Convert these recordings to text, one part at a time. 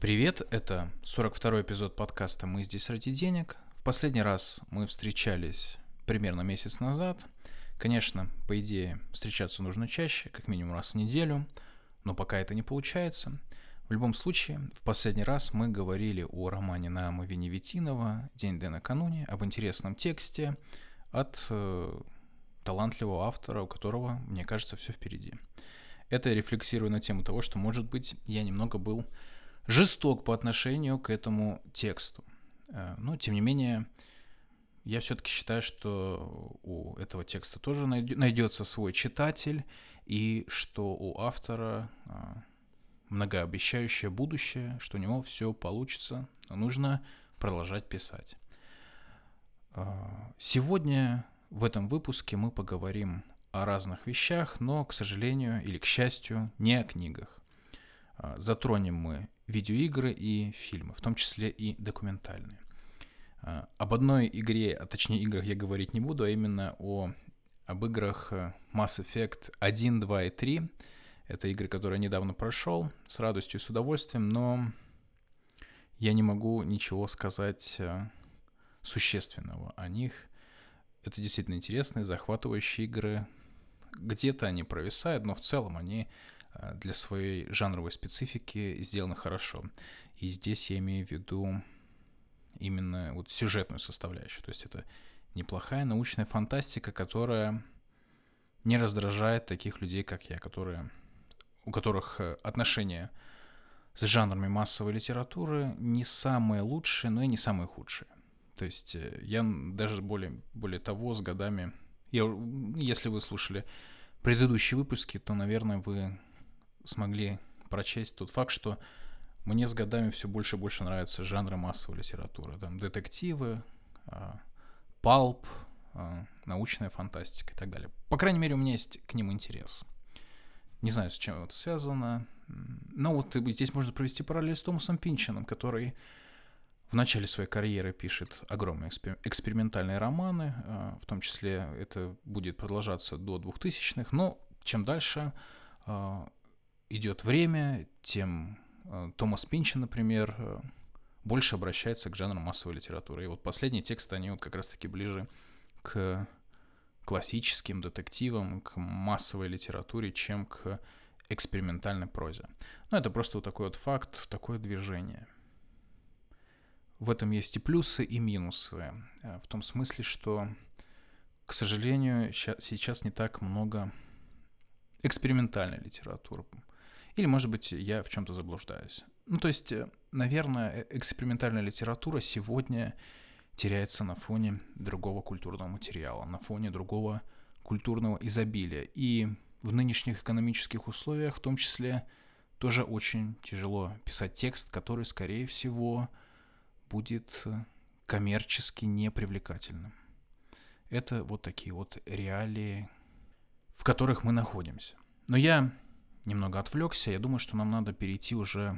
Привет, это 42-й эпизод подкаста «Мы здесь ради денег». В последний раз мы встречались примерно месяц назад. Конечно, по идее, встречаться нужно чаще, как минимум раз в неделю, но пока это не получается. В любом случае, в последний раз мы говорили о романе Наама Веневитинова «День Д накануне», об интересном тексте от талантливого автора, у которого, мне кажется, все впереди. Это рефлексирую на тему того, что, может быть, я немного был жесток по отношению к этому тексту. Но, тем не менее, я все-таки считаю, что у этого текста тоже найдется свой читатель, и что у автора многообещающее будущее, что у него все получится, но нужно продолжать писать. Сегодня в этом выпуске мы поговорим о разных вещах, но, к сожалению или к счастью, не о книгах. Затронем мы видеоигры и фильмы, в том числе и документальные. Об одной игре, а точнее играх я говорить не буду, а именно об играх Mass Effect 1, 2 и 3. Это игры, которые я недавно прошел с радостью и с удовольствием, но я не могу ничего сказать существенного о них. Это действительно интересные, захватывающие игры. Где-то они провисают, но в целом они для своей жанровой специфики сделаны хорошо. И здесь я имею в виду именно вот сюжетную составляющую. То есть это неплохая научная фантастика, которая не раздражает таких людей, как я, у которых отношения с жанрами массовой литературы не самые лучшие, но и не самые худшие. То есть я даже более того, с годами... Если вы слушали предыдущие выпуски, то, наверное, вы смогли прочесть тот факт, что мне с годами все больше и больше нравятся жанры массовой литературы. Там детективы, палп, научная фантастика и так далее. По крайней мере, у меня есть к ним интерес. Не знаю, с чем это связано. Но вот здесь можно провести параллель с Томасом Пинчином, который в начале своей карьеры пишет огромные экспериментальные романы. В том числе это будет продолжаться до 2000-х. Но чем дальше идет время, тем Томас Пинчин, например, больше обращается к жанру массовой литературы. И вот последние тексты, они вот как раз-таки ближе к классическим детективам, к массовой литературе, чем к экспериментальной прозе. Но это просто вот такой вот факт, такое движение. В этом есть и плюсы, и минусы. В том смысле, что, к сожалению, сейчас не так много экспериментальной литературы. Или, может быть, я в чем-то заблуждаюсь. То есть, наверное, экспериментальная литература сегодня теряется на фоне другого культурного материала, на фоне другого культурного изобилия. И в нынешних экономических условиях, в том числе, тоже очень тяжело писать текст, который, скорее всего, будет коммерчески непривлекательным. Это вот такие вот реалии, в которых мы находимся. Но я немного отвлекся. Я думаю, что нам надо перейти уже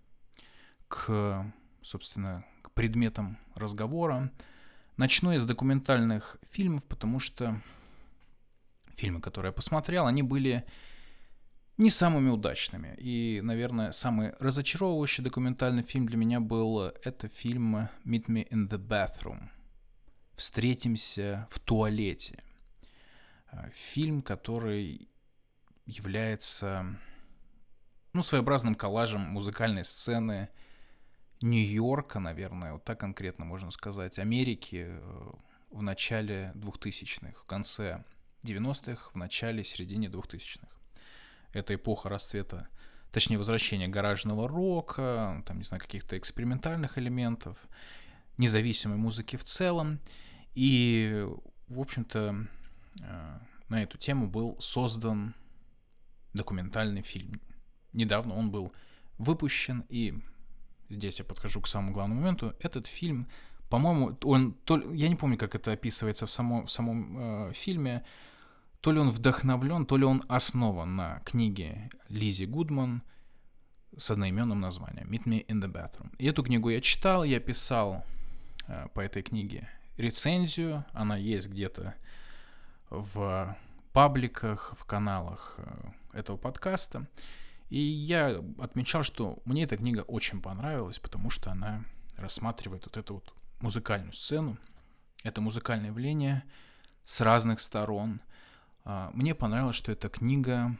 к предметам разговора. Начну я с документальных фильмов, потому что фильмы, которые я посмотрел, они были не самыми удачными. И, наверное, самый разочаровывающий документальный фильм для меня был это фильм «Meet Me in the Bathroom». «Встретимся в туалете». Фильм, который является своеобразным коллажем музыкальной сцены Нью-Йорка, наверное, вот так конкретно можно сказать, Америки в начале 2000-х, в конце 90-х, в начале, середине 2000-х. Это эпоха расцвета, точнее, возвращения гаражного рока, там, не знаю, каких-то экспериментальных элементов, независимой музыки в целом. И, в общем-то, на эту тему был создан документальный фильм. Недавно он был выпущен, и здесь я подхожу к самому главному моменту. Этот фильм, по-моему, я не помню, как это описывается в самом фильме, то ли он вдохновлен, то ли он основан на книге Лиззи Гудман с одноименным названием «Meet Me in the Bathroom». И эту книгу я читал, я писал по этой книге рецензию, она есть где-то в пабликах, в каналах этого подкаста. И я отмечал, что мне эта книга очень понравилась, потому что она рассматривает вот эту вот музыкальную сцену, это музыкальное явление с разных сторон. Мне понравилось, что эта книга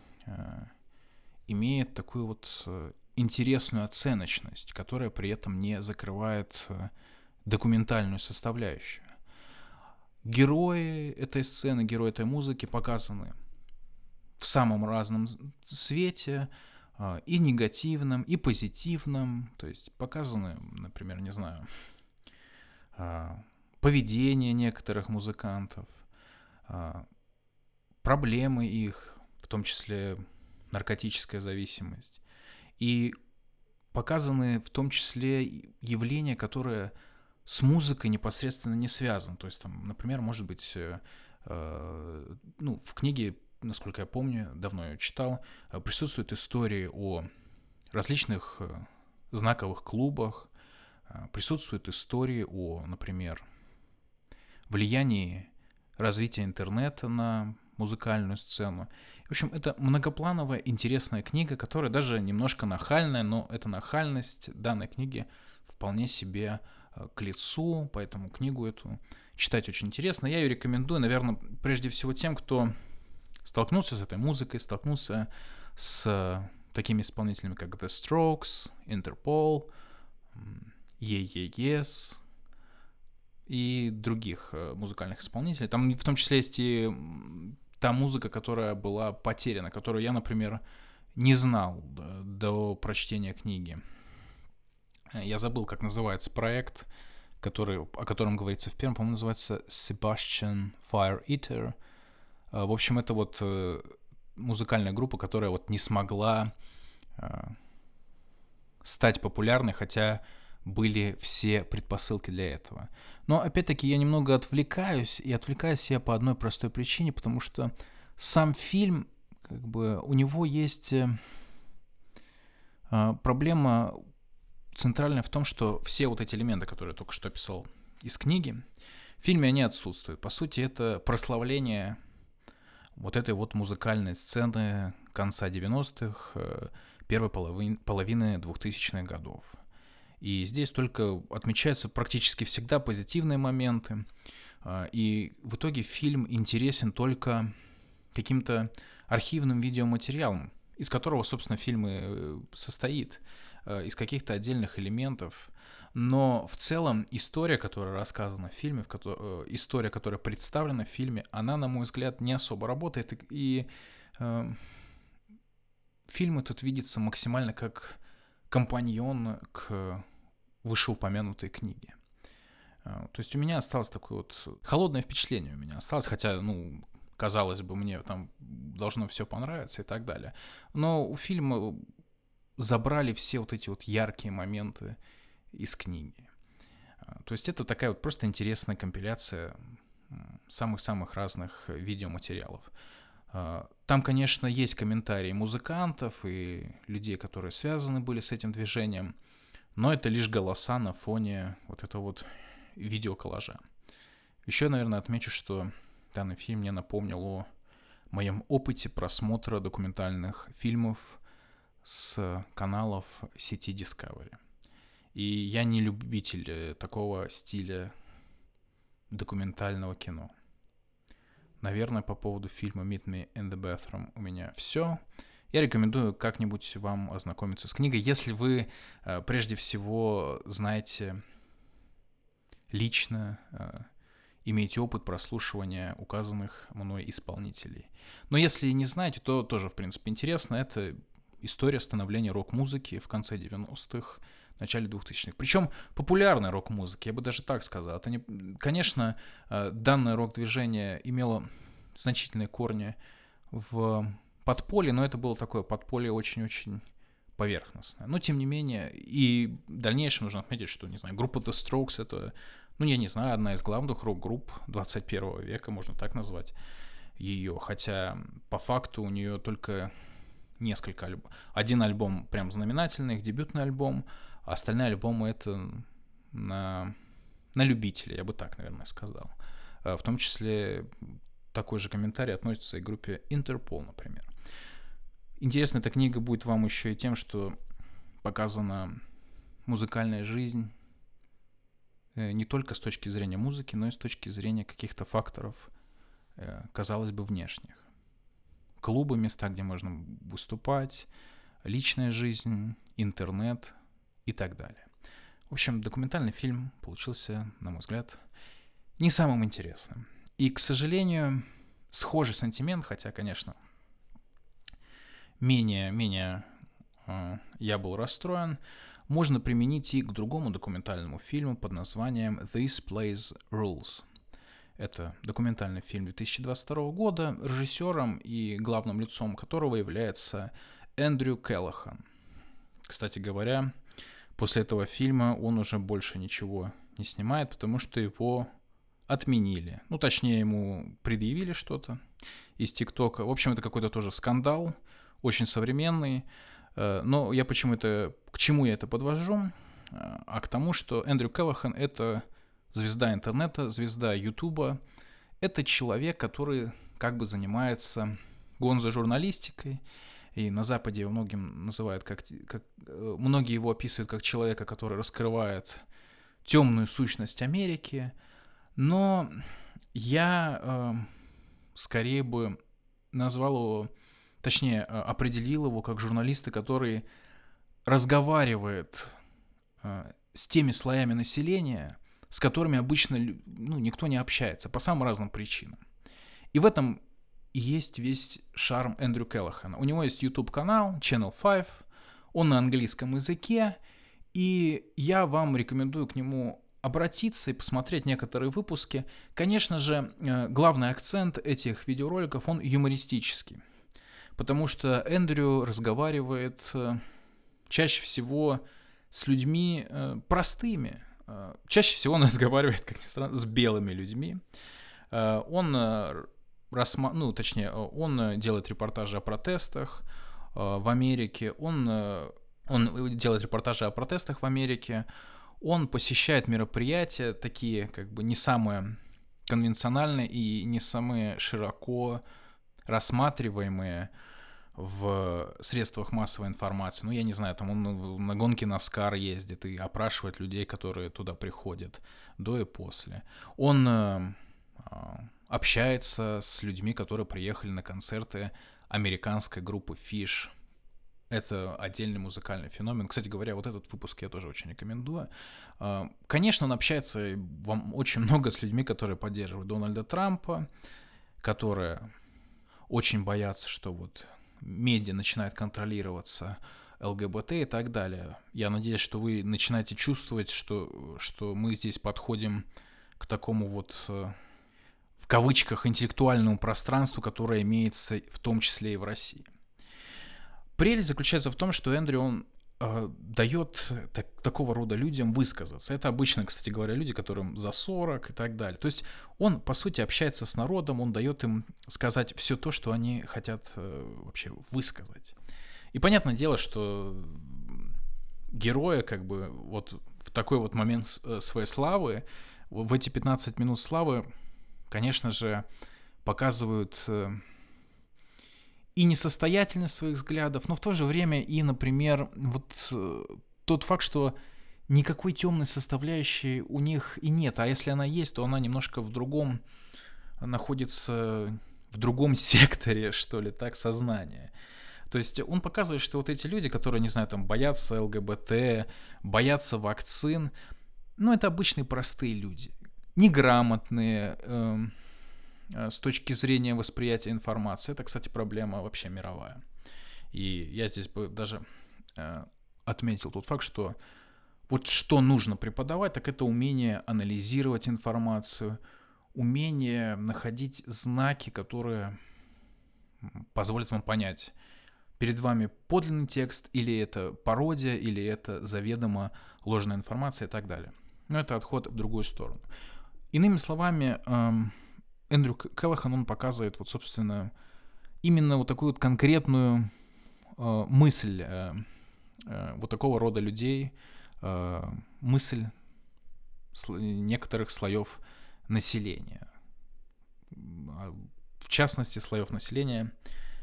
имеет такую вот интересную оценочность, которая при этом не закрывает документальную составляющую. Герои этой сцены, герои этой музыки показаны в самом разном свете, и негативном, и позитивном. То есть показаны, например, не знаю, поведение некоторых музыкантов, проблемы их, в том числе наркотическая зависимость. И показаны в том числе явления, которые с музыкой непосредственно не связаны. То есть, там, например, может быть, в книге, насколько я помню, давно ее читал, присутствуют истории о различных знаковых клубах, присутствуют истории о, например, влиянии развития интернета на музыкальную сцену. В общем, это многоплановая, интересная книга, которая даже немножко нахальная, но эта нахальность данной книги вполне себе к лицу, поэтому книгу эту читать очень интересно. Я ее рекомендую, наверное, прежде всего тем, кто столкнулся с этой музыкой, столкнулся с такими исполнителями, как The Strokes, Interpol, Yeah Yeah Yes и других музыкальных исполнителей. Там в том числе есть и та музыка, которая была потеряна, которую я, например, не знал до прочтения книги. Я забыл, как называется проект, о котором говорится в первом, по-моему, называется Sebastian Fire Eater. В общем, это вот музыкальная группа, которая вот не смогла стать популярной, хотя были все предпосылки для этого. Но, опять-таки, я немного отвлекаюсь, и отвлекаюсь я по одной простой причине, потому что сам фильм, как бы, у него есть проблема центральная в том, что все вот эти элементы, которые я только что описал из книги, в фильме они отсутствуют. По сути, это прославление вот этой вот музыкальной сцены конца 90-х, первой половины 2000-х годов. И здесь только отмечаются практически всегда позитивные моменты. И в итоге фильм интересен только каким-то архивным видеоматериалом, из которого, собственно, фильм и состоит, из каких-то отдельных элементов. Но в целом история, которая рассказана в фильме, история, которая представлена в фильме, она, на мой взгляд, не особо работает. И фильм этот видится максимально как компаньон к вышеупомянутой книге. То есть у меня осталось такое вот холодное впечатление у меня осталось, хотя, казалось бы, мне там должно все понравиться и так далее. Но у фильма забрали все вот эти вот яркие моменты из книги. То есть это такая вот просто интересная компиляция самых-самых разных видеоматериалов. Там, конечно, есть комментарии музыкантов и людей, которые связаны были с этим движением, но это лишь голоса на фоне вот этого вот видеоколлажа. Еще, наверное, отмечу, что данный фильм мне напомнил о моем опыте просмотра документальных фильмов с каналов сети Discovery. И я не любитель такого стиля документального кино. Наверное, по поводу фильма Meet Me in the Bathroom у меня все. Я рекомендую как-нибудь вам ознакомиться с книгой, если вы прежде всего знаете лично, имеете опыт прослушивания указанных мной исполнителей. Но если не знаете, то тоже, в принципе, интересно. Это история становления рок-музыки в конце 90-х, начале 2000-х. Причем популярной рок-музыки, я бы даже так сказал. Это не... Конечно, данное рок-движение имело значительные корни в подполье, но это было такое подполье очень-очень поверхностное. Но, тем не менее, и в дальнейшем нужно отметить, что, не знаю, группа The Strokes — это, я не знаю, одна из главных рок-групп 21 века, можно так назвать ее. Хотя, по факту, у нее только несколько альбомов. Один альбом прям знаменательный, их дебютный альбом, а остальные альбомы — это на любителя, я бы так, наверное, сказал. В том числе такой же комментарий относится и к группе Interpol, например. Интересна эта книга будет вам еще и тем, что показана музыкальная жизнь не только с точки зрения музыки, но и с точки зрения каких-то факторов, казалось бы, внешних. Клубы, места, где можно выступать, личная жизнь, интернет и так далее. В общем, документальный фильм получился, на мой взгляд, не самым интересным. И, к сожалению, схожий сантимент, хотя, конечно, менее я был расстроен, можно применить и к другому документальному фильму под названием «This Place Rules». Это документальный фильм 2022 года, режиссером и главным лицом которого является Эндрю Келлахан. Кстати говоря, после этого фильма он уже больше ничего не снимает, потому что его отменили. Ну, точнее, ему предъявили что-то из ТикТока. В общем, это какой-то тоже скандал, очень современный. Но я к чему я это подвожу? А к тому, что Эндрю Келлахан — это звезда интернета, звезда Ютуба. Это человек, который как бы занимается гонзо-журналистикой. И на Западе его многим называют многие его описывают как человека, который раскрывает темную сущность Америки. Но я скорее бы назвал его, точнее, определил его как журналиста, который разговаривает с теми слоями населения, с которыми обычно никто не общается по самым разным причинам. И в этом и есть весь шарм Эндрю Келлахана. У него есть YouTube-канал Channel 5, он на английском языке, и я вам рекомендую к нему обратиться и посмотреть некоторые выпуски. Конечно же, главный акцент этих видеороликов, он юмористический, потому что Эндрю разговаривает чаще всего с людьми простыми. Чаще всего он разговаривает, как ни странно, с белыми людьми. Он делает репортажи о протестах в Америке. Он делает репортажи о протестах в Америке. Он посещает мероприятия, такие как бы не самые конвенциональные и не самые широко рассматриваемые в средствах массовой информации. Ну, я не знаю, там он на гонки NASCAR ездит и опрашивает людей, которые туда приходят, до и после. Он общается с людьми, которые приехали на концерты американской группы Fish. Это отдельный музыкальный феномен. Кстати говоря, вот этот выпуск я тоже очень рекомендую. Конечно, он общается очень много с людьми, которые поддерживают Дональда Трампа, которые очень боятся, что вот медиа начинает контролироваться ЛГБТ и так далее. Я надеюсь, что вы начинаете чувствовать, что мы здесь подходим к такому вот, в кавычках, интеллектуальному пространству, которое имеется в том числе и в России. Прелесть заключается в том, что Эндрю, он дает такого рода людям высказаться. Это обычно, кстати говоря, люди, которым за 40 и так далее. То есть он, по сути, общается с народом, он дает им сказать все то, что они хотят вообще высказать. И понятное дело, что героя как бы вот в такой вот момент своей славы, в эти 15 минут славы, конечно же, показывают и несостоятельность своих взглядов, но в то же время и, например, вот тот факт, что никакой темной составляющей у них и нет, а если она есть, то она немножко находится в другом секторе, что ли, так, сознания. То есть он показывает, что вот эти люди, которые, не знаю, там, боятся ЛГБТ, боятся вакцин, это обычные простые люди, неграмотные, с точки зрения восприятия информации. Это, кстати, проблема вообще мировая. И я здесь бы даже отметил тот факт, что вот что нужно преподавать, так это умение анализировать информацию, умение находить знаки, которые позволят вам понять, перед вами подлинный текст, или это пародия, или это заведомо ложная информация и так далее. Но это отход в другую сторону. Иными словами, Эндрю Келлахан, он показывает вот, собственно, именно вот такую вот конкретную мысль вот такого рода людей, мысль некоторых слоев населения. В частности, слоев населения,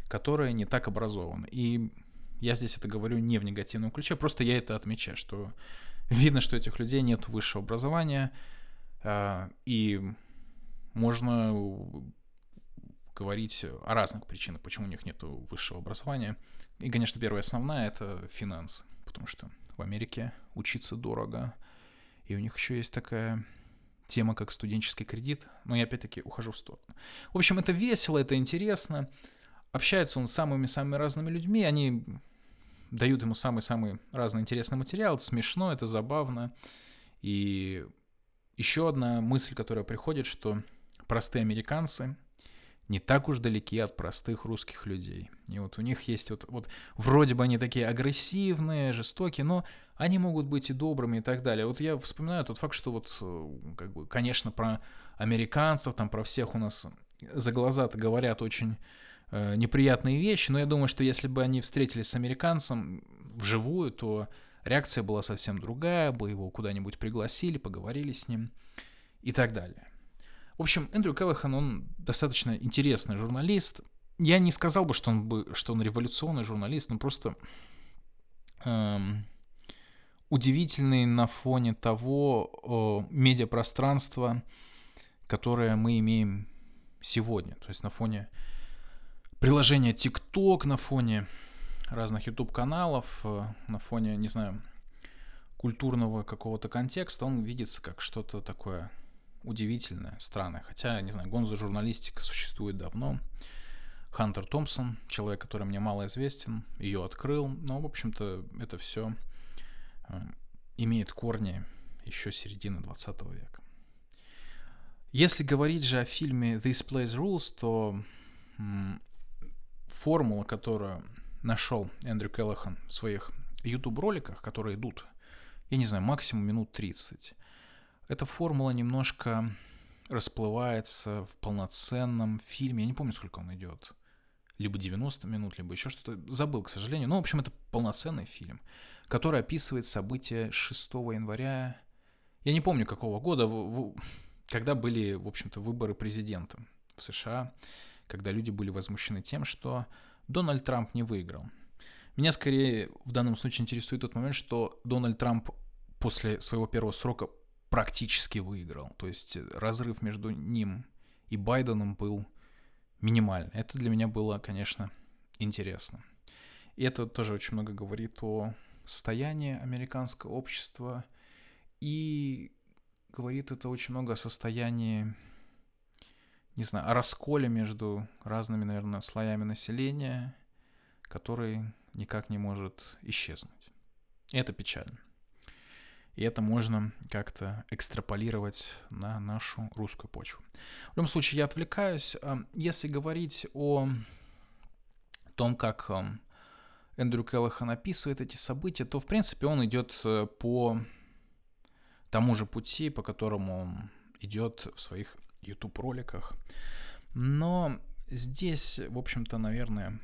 которые не так образованы. И я здесь это говорю не в негативном ключе, просто я это отмечаю, что видно, что у этих людей нет высшего образования, и можно говорить о разных причинах, почему у них нет высшего образования. И, конечно, первая основная — это финансы, потому что в Америке учиться дорого, и у них еще есть такая тема, как студенческий кредит, но я опять-таки ухожу в сторону. В общем, это весело, это интересно. Общается он с самыми-самыми разными людьми, они дают ему самый-самый разный интересный материал, это смешно, это забавно. И еще одна мысль, которая приходит, что простые американцы не так уж далеки от простых русских людей. И вот у них есть вот вроде бы они такие агрессивные, жестокие, но они могут быть и добрыми и так далее. Вот я вспоминаю тот факт, что вот, как бы, конечно, про американцев, там про всех у нас за глаза-то говорят очень неприятные вещи, но я думаю, что если бы они встретились с американцем вживую, то реакция была совсем другая, бы его куда-нибудь пригласили, поговорили с ним и так далее. В общем, Эндрю Келлихан, он достаточно интересный журналист. Я не сказал бы, что он революционный журналист, но просто удивительный на фоне того медиапространства, которое мы имеем сегодня. То есть на фоне приложения TikTok, на фоне разных YouTube-каналов, на фоне, не знаю, культурного какого-то контекста, он видится как что-то такое удивительное, странное. Хотя, не знаю, гонза журналистика существует давно. Хантер Томпсон, человек, который мне мало известен, ее открыл. Но, в общем-то, это все имеет корни еще середины 20 века. Если говорить же о фильме This Place Rules, то формула, которую нашел Эндрю Келлихан в своих YouTube-роликах, которые идут, я не знаю, максимум минут 30, эта формула немножко расплывается в полноценном фильме. Я не помню, сколько он идет. Либо 90 минут, либо еще что-то. Забыл, к сожалению. Но, в общем, это полноценный фильм, который описывает события 6 января. Я не помню, какого года, когда были, в общем-то, выборы президента в США, когда люди были возмущены тем, что Дональд Трамп не выиграл. Меня скорее в данном случае интересует тот момент, что Дональд Трамп после своего первого срока практически выиграл. То есть разрыв между ним и Байденом был минимальный. Это для меня было, конечно, интересно. И это тоже очень много говорит о состоянии американского общества. И говорит это очень много о состоянии, не знаю, о расколе между разными, наверное, слоями населения, который никак не может исчезнуть. И это печально. И это можно как-то экстраполировать на нашу русскую почву. В любом случае, я отвлекаюсь. Если говорить о том, как Эндрю Келлихан описывает эти события, то, в принципе, он идет по тому же пути, по которому он идет в своих YouTube-роликах. Но здесь, в общем-то, наверное,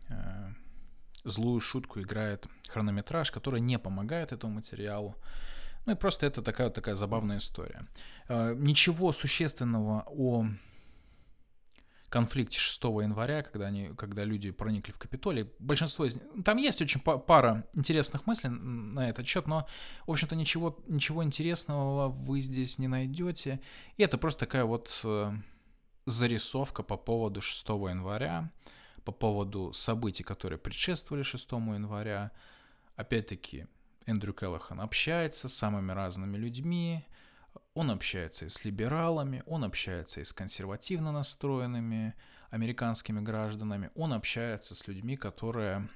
злую шутку играет хронометраж, который не помогает этому материалу. Ну и просто это такая забавная история. Ничего существенного о конфликте 6 января, когда люди проникли в Капитолий, большинство из них... Там есть очень пара интересных мыслей на этот счет, но, в общем-то, ничего интересного вы здесь не найдете. И это просто такая вот зарисовка по поводу 6 января, по поводу событий, которые предшествовали 6 января. Опять-таки, Эндрю Келлихан общается с самыми разными людьми, он общается и с либералами, он общается и с консервативно настроенными американскими гражданами, он общается с людьми, которые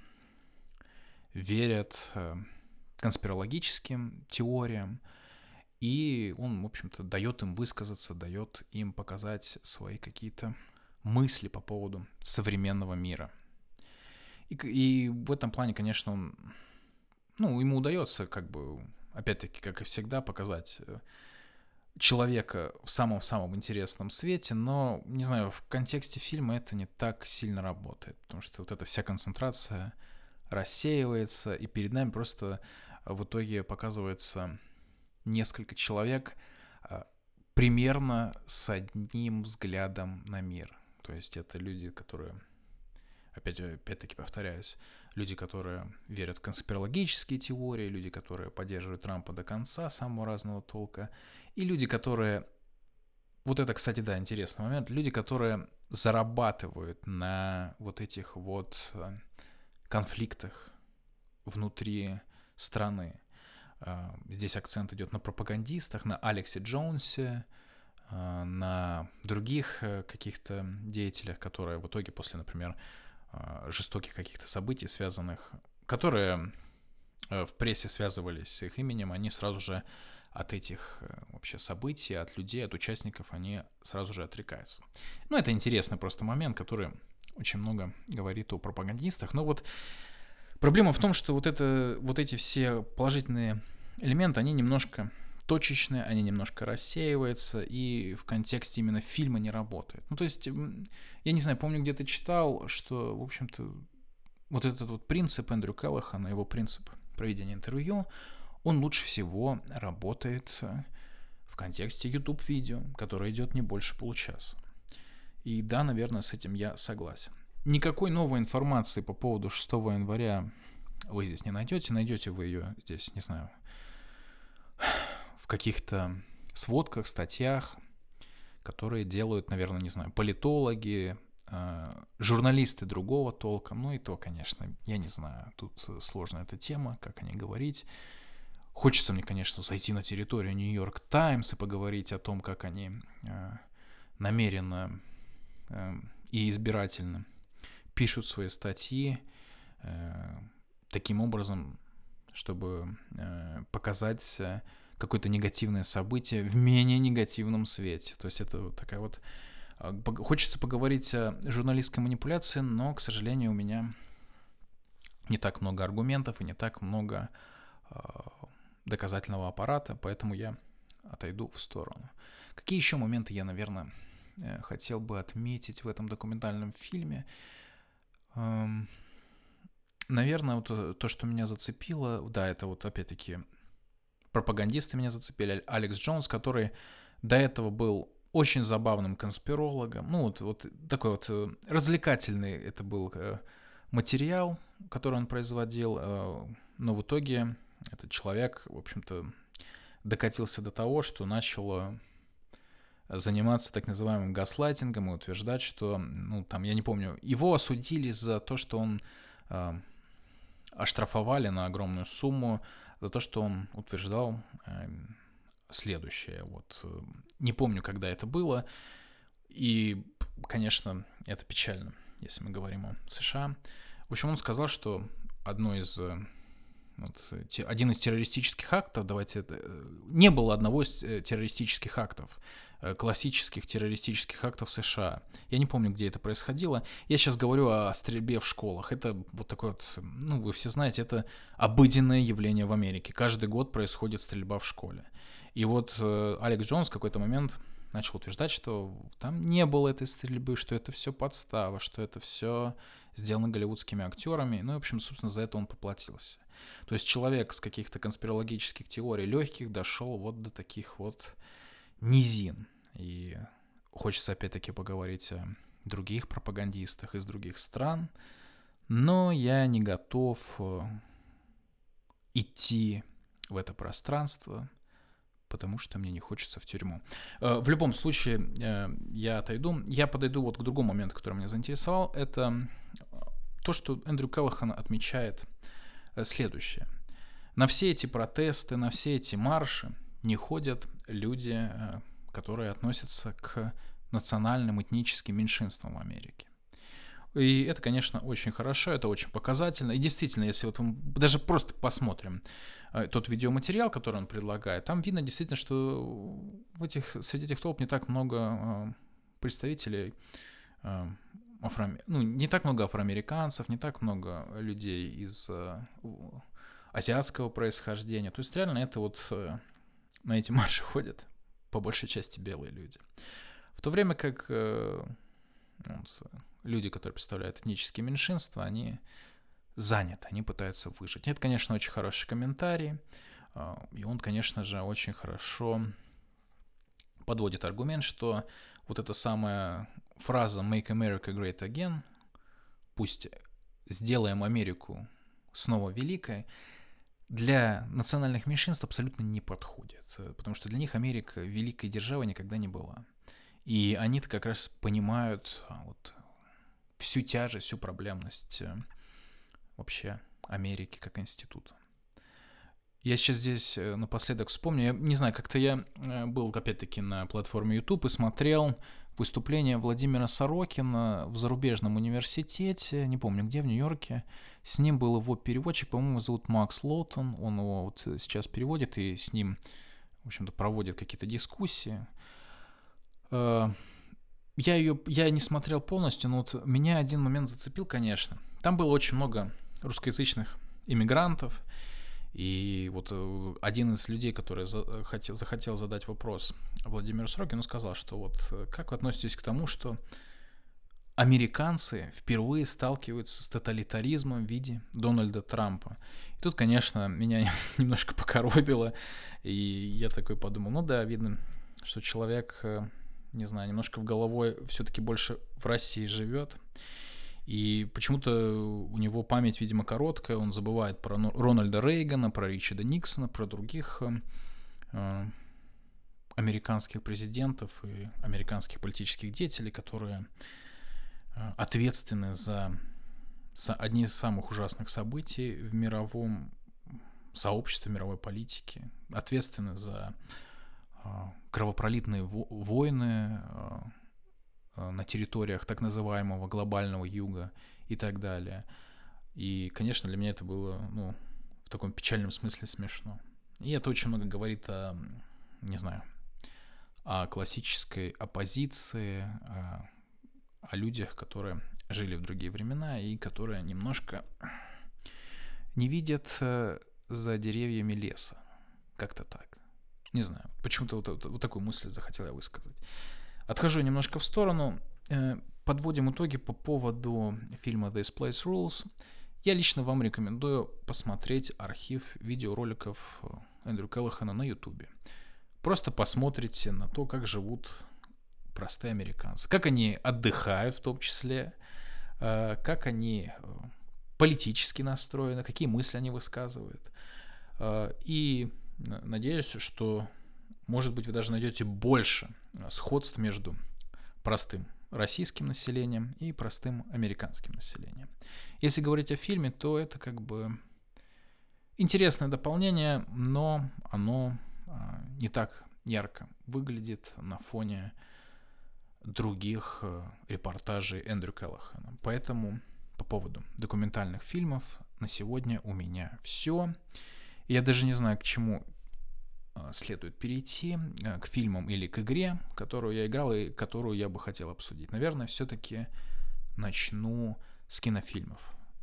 верят конспирологическим теориям, и он, в общем-то, дает им высказаться, дает им показать свои какие-то мысли по поводу современного мира. И в этом плане, конечно, ему удается, опять-таки, как и всегда, показать человека в самом-самом интересном свете, но, не знаю, в контексте фильма это не так сильно работает, потому что вот эта вся концентрация рассеивается, и перед нами просто в итоге показывается несколько человек примерно с одним взглядом на мир. То есть это люди, которые опять-таки повторяюсь, люди, которые верят в конспирологические теории, люди, которые поддерживают Трампа до конца, самого разного толка, и люди, которые... Вот это, кстати, да, интересный момент. Люди, которые зарабатывают на вот этих вот конфликтах внутри страны. Здесь акцент идет на пропагандистах, на Алексе Джонсе, на других каких-то деятелях, которые в итоге после, например, жестоких каких-то событий, связанных, которые в прессе связывались с их именем, они сразу же от этих вообще событий, от людей, от участников, они сразу же отрекаются. Ну, это интересный просто момент, который очень много говорит о пропагандистах. Но вот проблема в том, что вот эти все положительные элементы, они немножко точечные, они немножко рассеиваются, и в контексте именно фильма не работают. Ну, то есть, я не знаю, помню, где-то читал, что, в общем-то, вот этот вот принцип Эндрю Келлахана, его принцип проведения интервью, он лучше всего работает в контексте YouTube-видео, которое идет не больше получаса. И да, наверное, с этим я согласен. Никакой новой информации по поводу 6 января вы здесь не найдете. Найдете вы ее здесь, не знаю, в каких-то сводках, статьях, которые делают, наверное, не знаю, политологи, журналисты другого толка. Ну и то, конечно, я не знаю. Тут сложная эта тема, как о ней говорить. Хочется мне, конечно, зайти на территорию Нью-Йорк Таймс и поговорить о том, как они намеренно и избирательно пишут свои статьи таким образом, чтобы показать какое-то негативное событие в менее негативном свете. То есть это вот такая вот... Хочется поговорить о журналистской манипуляции, но, к сожалению, у меня не так много аргументов и не так много доказательного аппарата, поэтому я отойду в сторону. Какие еще моменты я, наверное, хотел бы отметить в этом документальном фильме? Наверное, вот то, что меня зацепило, да, это вот опять-таки пропагандисты меня зацепили. Алекс Джонс, который до этого был очень забавным конспирологом. Ну, вот такой вот развлекательный это был материал, который он производил, но в итоге этот человек, в общем-то, докатился до того, что начал заниматься так называемым гаслайтингом и утверждать, что, ну, там, я не помню, его осудили за то, что он оштрафовали на огромную сумму за то, что он утверждал следующее. Вот, не помню, когда это было, и, конечно, это печально, если мы говорим о США. В общем, он сказал, что один из террористических актов, не было одного из террористических актов, классических террористических актов США. Я не помню, где это происходило. Я сейчас говорю о стрельбе в школах. Это вот такое вот, ну, вы все знаете, это обыденное явление в Америке. Каждый год происходит стрельба в школе. И вот Алекс Джонс в какой-то момент начал утверждать, что там не было этой стрельбы, что это все подстава, что это все сделано голливудскими актерами. Ну, в общем, собственно, за это он поплатился. То есть человек с каких-то конспирологических теорий легких дошел вот до таких вот низин. И хочется опять-таки поговорить о других пропагандистах из других стран, но я не готов идти в это пространство, потому что мне не хочется в тюрьму. В любом случае, я отойду. Я подойду вот к другому моменту, который меня заинтересовал. Это то, что Эндрю Келлахан отмечает следующее. На все эти протесты, на все эти марши не ходят люди, которые относятся к национальным этническим меньшинствам в Америке. И это, конечно, очень хорошо, это очень показательно. И действительно, если вот мы даже просто посмотрим тот видеоматериал, который он предлагает, там видно действительно, что среди этих толп не так много представителей, не так много афроамериканцев, не так много людей из азиатского происхождения. То есть реально это вот на эти марши ходят по большей части белые люди. В то время как люди, которые представляют этнические меньшинства, они заняты, они пытаются выжить. Это, конечно, очень хороший комментарий, и он, конечно же, очень хорошо подводит аргумент, что вот эта самая фраза «Make America Great Again», пусть сделаем Америку снова великой, для национальных меньшинств абсолютно не подходит, потому что для них Америка великой державой никогда не была. И они-то как раз понимают вот всю тяжесть, всю проблемность вообще Америки как института. Я сейчас здесь напоследок вспомню, я не знаю, как-то я был опять-таки на платформе YouTube и смотрел выступление Владимира Сорокина в зарубежном университете, не помню где, в Нью-Йорке. С ним был его переводчик, по-моему, зовут Макс Лоутон, он его вот сейчас переводит и с ним, в общем-то, проводит какие-то дискуссии. Я не смотрел полностью, но вот меня один момент зацепил, конечно. Там было очень много русскоязычных иммигрантов, и вот один из людей, который захотел задать вопрос Владимиру Сорокину, сказал, что вот как вы относитесь к тому, что американцы впервые сталкиваются с тоталитаризмом в виде Дональда Трампа. И тут, конечно, меня немножко покоробило, и я такой подумал, ну да, видно, что человек, не знаю, немножко в головой все-таки больше в России живет. И почему-то у него память, видимо, короткая, он забывает про Рональда Рейгана, про Ричарда Никсона, про других американских президентов и американских политических деятелей, которые ответственны за одни из самых ужасных событий в мировом сообществе, мировой политике, ответственны за кровопролитные войны на территориях так называемого глобального юга и так далее. И, конечно, для меня это было, в таком печальном смысле смешно. И это очень много говорит о, не знаю, о классической оппозиции, о людях, которые жили в другие времена и которые немножко не видят за деревьями леса. Как-то так. Не знаю, почему-то вот такую мысль захотел я высказать. Отхожу немножко в сторону. Подводим итоги по поводу фильма This Place Rules. Я лично вам рекомендую посмотреть архив видеороликов Эндрю Келлахана на YouTube. Просто посмотрите на то, как живут простые американцы. Как они отдыхают в том числе, как они политически настроены, какие мысли они высказывают. И надеюсь, что, может быть, вы даже найдете больше сходств между простым российским населением и простым американским населением. Если говорить о фильме, то это как бы интересное дополнение, но оно не так ярко выглядит на фоне других репортажей Эндрю Келлахана. Поэтому по поводу документальных фильмов на сегодня у меня все. Я даже не знаю, к чему следует перейти, к фильмам или к игре, которую я играл и которую я бы хотел обсудить. Наверное, все-таки начну с кинофильмов.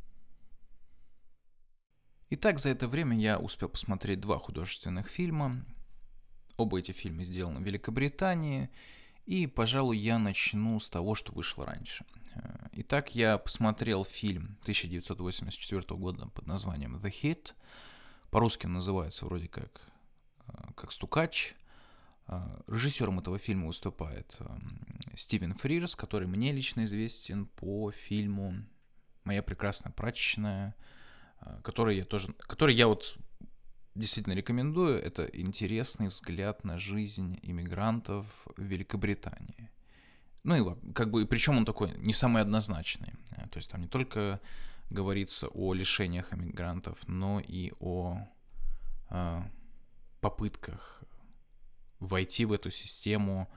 Итак, за это время я успел посмотреть 2 художественных фильма. Оба эти фильма сделаны в Великобритании. И, пожалуй, я начну с того, что вышло раньше. Итак, я посмотрел фильм 1984 года под названием «The Hit». По-русски он называется вроде как «Стукач». Режиссером этого фильма выступает Стивен Фрирз, который мне лично известен по фильму «Моя прекрасная прачечная», который я вот действительно рекомендую. Это интересный взгляд на жизнь иммигрантов в Великобритании. Ну и как бы, причем он такой не самый однозначный. То есть там не только говорится о лишениях иммигрантов, но и о попытках войти в эту систему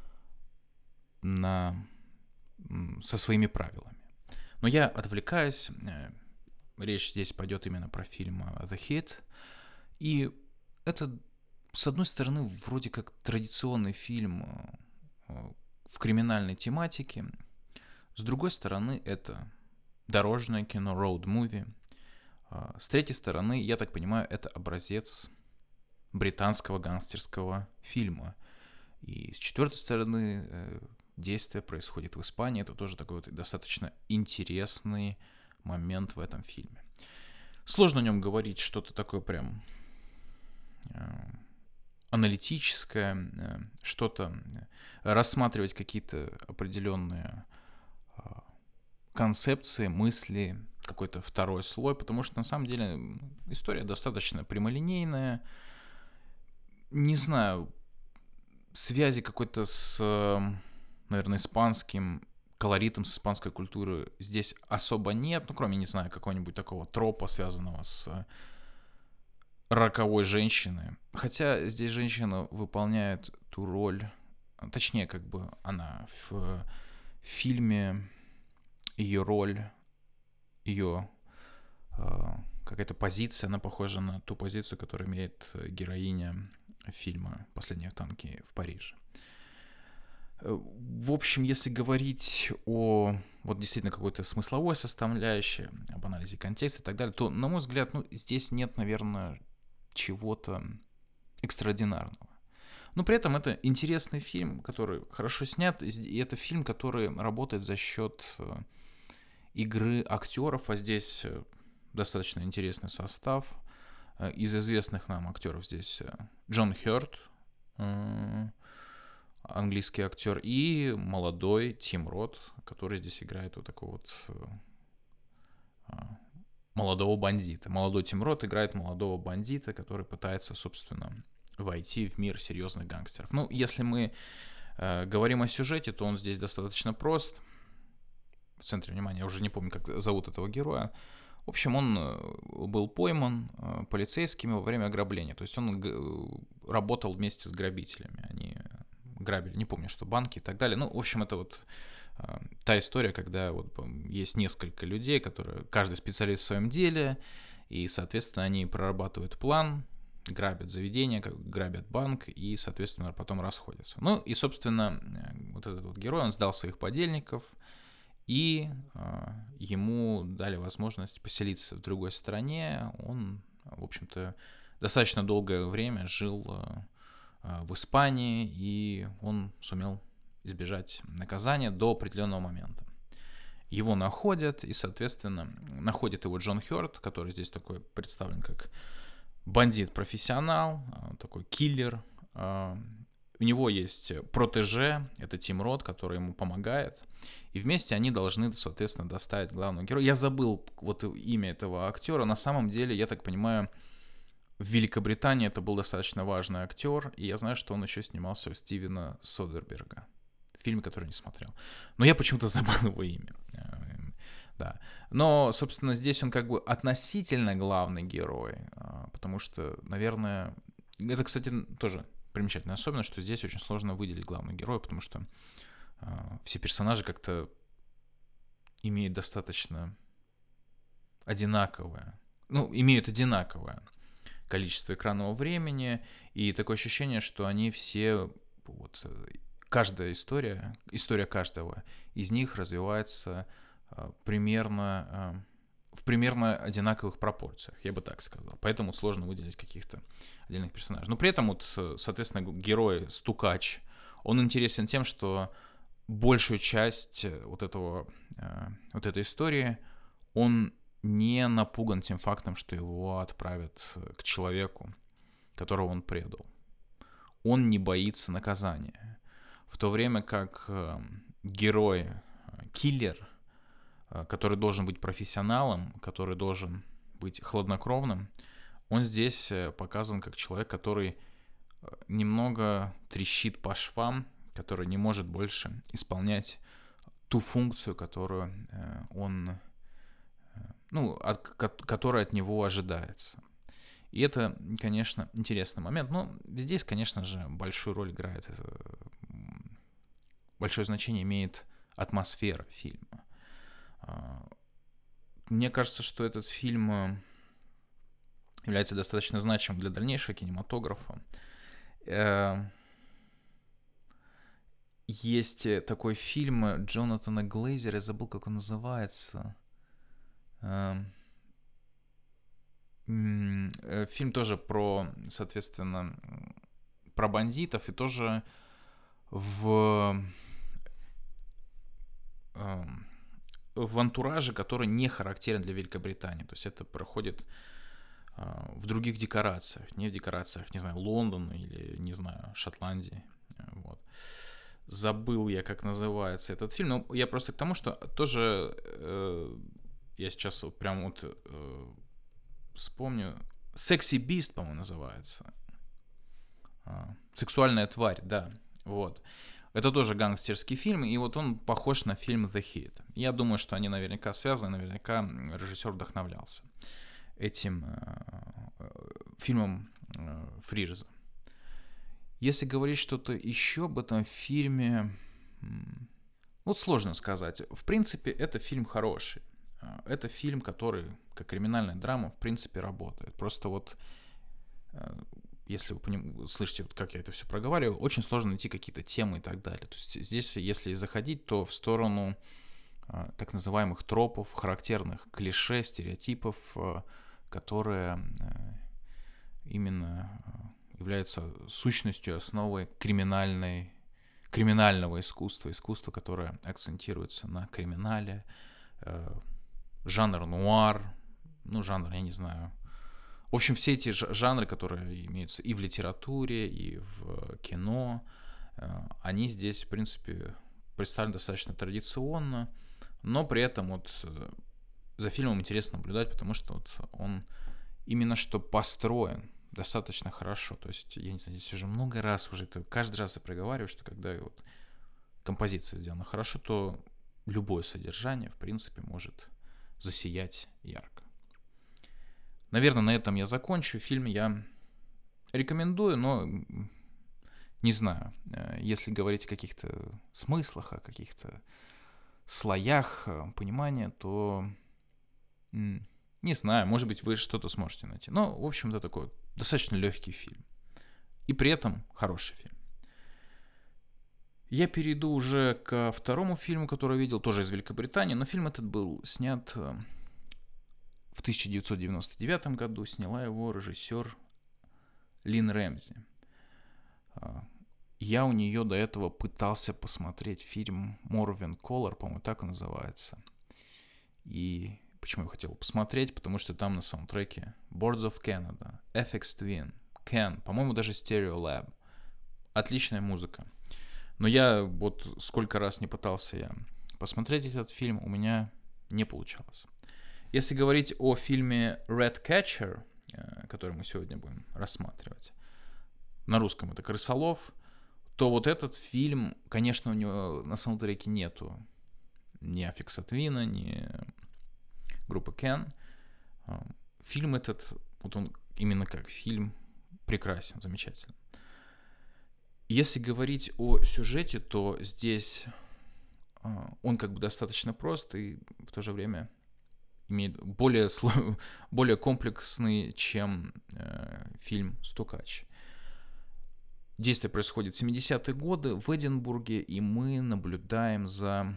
со своими правилами. Но я отвлекаюсь. Речь здесь пойдет именно про фильм «The Hit». И это, с одной стороны, вроде как традиционный фильм в криминальной тематике. С другой стороны, это дорожное кино, роуд-муви. С третьей стороны, я так понимаю, это образец британского гангстерского фильма. И с четвертой стороны, действие происходит в Испании. Это тоже такой вот достаточно интересный момент в этом фильме. Сложно о нем говорить что-то такое прям аналитическое, что-то рассматривать какие-то определенные концепции, мысли, какой-то второй слой, потому что на самом деле история достаточно прямолинейная. Не знаю, связи какой-то с, наверное, испанским колоритом, с испанской культурой здесь особо нет, ну, кроме, не знаю, какого-нибудь такого тропа, связанного с роковой женщины. Хотя здесь женщина выполняет ту роль, точнее, как бы она в фильме, ее роль, ее какая-то позиция, она похожа на ту позицию, которую имеет героиня фильма «Последние танки в Париже». В общем, если говорить о вот действительно какой-то смысловой составляющей, об анализе контекста и так далее, то, на мой взгляд, ну, здесь нет, наверное, чего-то экстраординарного. Но при этом это интересный фильм, который хорошо снят, и это фильм, который работает за счет игры актеров, а здесь достаточно интересный состав. Из известных нам актеров здесь Джон Хёрд, английский актер, и молодой Тим Рот, который здесь играет вот такого вот молодого бандита. Молодой Тим Рот играет молодого бандита, который пытается, собственно, войти в мир серьезных гангстеров. Ну, если мы говорим о сюжете, то он здесь достаточно прост. В центре внимания, я уже не помню, как зовут этого героя. В общем, он был пойман полицейскими во время ограбления. То есть он работал вместе с грабителями. Они грабили, не помню, что банки и так далее. Ну, в общем, это вот та история, когда вот есть несколько людей, которые, каждый специалист в своем деле, и, соответственно, они прорабатывают план, грабят заведение, грабят банк и, соответственно, потом расходятся. Ну, и, собственно, вот этот вот герой, он сдал своих подельников, и ему дали возможность поселиться в другой стране. Он, в общем-то, достаточно долгое время жил в Испании, и он сумел избежать наказания до определенного момента. Его находят, и, соответственно, находит его Джон Хёрд, который здесь такой представлен как бандит-профессионал, такой киллер. У него есть протеже, это Тим Рот, который ему помогает. И вместе они должны, соответственно, доставить главного героя. Я забыл вот имя этого актера. На самом деле, я так понимаю, в Великобритании это был достаточно важный актер. И я знаю, что он еще снимался у Стивена Содерберга. В фильме, который не смотрел. Но я почему-то забыл его имя. Да. Но, собственно, здесь он как бы относительно главный герой. Потому что, наверное... Это, кстати, тоже примечательная особенность, что здесь очень сложно выделить главного героя, потому что все персонажи как-то имеют достаточно одинаковое, имеют одинаковое количество экранного времени, и такое ощущение, что они все, вот, каждая история каждого из них развивается примерно в примерно одинаковых пропорциях, я бы так сказал. Поэтому сложно выделить каких-то отдельных персонажей. Но при этом, вот, соответственно, герой Стукач, он интересен тем, что большую часть вот этой истории он не напуган тем фактом, что его отправят к человеку, которого он предал. Он не боится наказания. В то время как герой, киллер, который должен быть профессионалом, который должен быть хладнокровным, он здесь показан как человек, который немного трещит по швам, который не может больше исполнять ту функцию, которую которая от него ожидается. И это, конечно, интересный момент. Но здесь, конечно же, большую роль играет, большое значение имеет атмосфера фильма. Мне кажется, что этот фильм является достаточно значимым для дальнейшего кинематографа. Есть такой фильм Джонатана Глейзера, я забыл, как он называется. Фильм тоже про, соответственно, про бандитов, и тоже в антураже, который не характерен для Великобритании. То есть это проходит в других декорациях, не в декорациях, не знаю, Лондона или, не знаю, Шотландии. Вот. Забыл я, как называется этот фильм. Но я просто к тому, что тоже я сейчас вот прям вот вспомню. «Секси Бист», по-моему, называется. «Сексуальная тварь», да. Вот. Это тоже гангстерский фильм, и вот он похож на фильм «The Hit». Я думаю, что они наверняка связаны, наверняка режиссер вдохновлялся этим фильмом Фрирза. Если говорить что-то еще об этом фильме, вот сложно сказать. В принципе, это фильм хороший. Это фильм, который, как криминальная драма, в принципе, работает. Просто вот, если вы слышите, вот как я это все проговариваю, очень сложно найти какие-то темы и так далее. То есть здесь, если заходить, то в сторону так называемых тропов, характерных клише, стереотипов, которые именно являются сущностью, основой криминального искусства, которое акцентируется на криминале, жанр нуар, жанр, я не знаю. В общем, все эти жанры, которые имеются и в литературе, и в кино, они здесь, в принципе, представлены достаточно традиционно, но при этом вот за фильмом интересно наблюдать, потому что вот он именно что построен достаточно хорошо. То есть, я не знаю, здесь уже много раз уже, каждый раз я проговариваю, что когда вот композиция сделана хорошо, то любое содержание, в принципе, может засиять ярко. Наверное, на этом я закончу. Фильм я рекомендую, но не знаю, если говорить о каких-то смыслах, о каких-то слоях понимания, то не знаю, может быть, вы что-то сможете найти. Но, в общем-то, такой достаточно легкий фильм. И при этом хороший фильм. Я перейду уже ко второму фильму, который видел, тоже из Великобритании, но фильм этот был снят в 1999 году. Сняла его режиссер Лин Рэмзи. Я у нее до этого пытался посмотреть фильм Morven Color, по-моему, так он называется. И почему я хотел посмотреть? Потому что там на саундтреке Boards of Canada, FX Twin, Ken, по-моему, даже Stereo Lab. Отличная музыка. Но я вот сколько раз не пытался я посмотреть этот фильм, у меня не получалось. Если говорить о фильме Ratcatcher, который мы сегодня будем рассматривать, на русском это «Крысолов», то вот этот фильм, конечно, у него на саундтреке нету ни Аффикса Твина, ни группы Ken. Фильм этот, вот он именно как фильм, прекрасен, замечательный. Если говорить о сюжете, то здесь он как бы достаточно прост и в то же время имеет более комплексный, чем фильм «Стукач». Действие происходит в 70-е годы в Эдинбурге, и мы наблюдаем за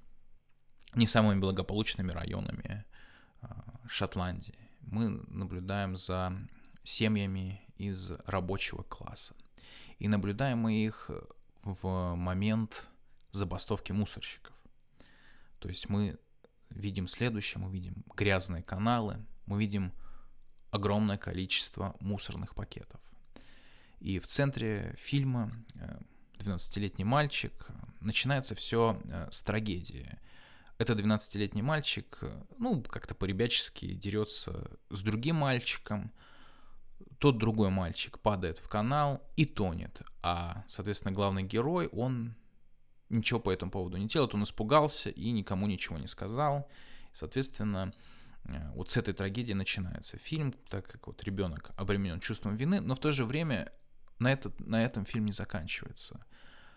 не самыми благополучными районами Шотландии. Мы наблюдаем за семьями из рабочего класса. И наблюдаем мы их в момент забастовки мусорщиков. То есть мы видим следующее, мы видим грязные каналы, мы видим огромное количество мусорных пакетов. И в центре фильма 12-летний мальчик, начинается все с трагедии. Этот 12-летний мальчик, как-то по-ребячески дерется с другим мальчиком. Тот другой мальчик падает в канал и тонет. А, соответственно, главный герой, он ничего по этому поводу не делает. Он испугался и никому ничего не сказал. Соответственно, вот с этой трагедии начинается фильм, так как вот ребенок обременен чувством вины, но в то же время на этом фильм не заканчивается.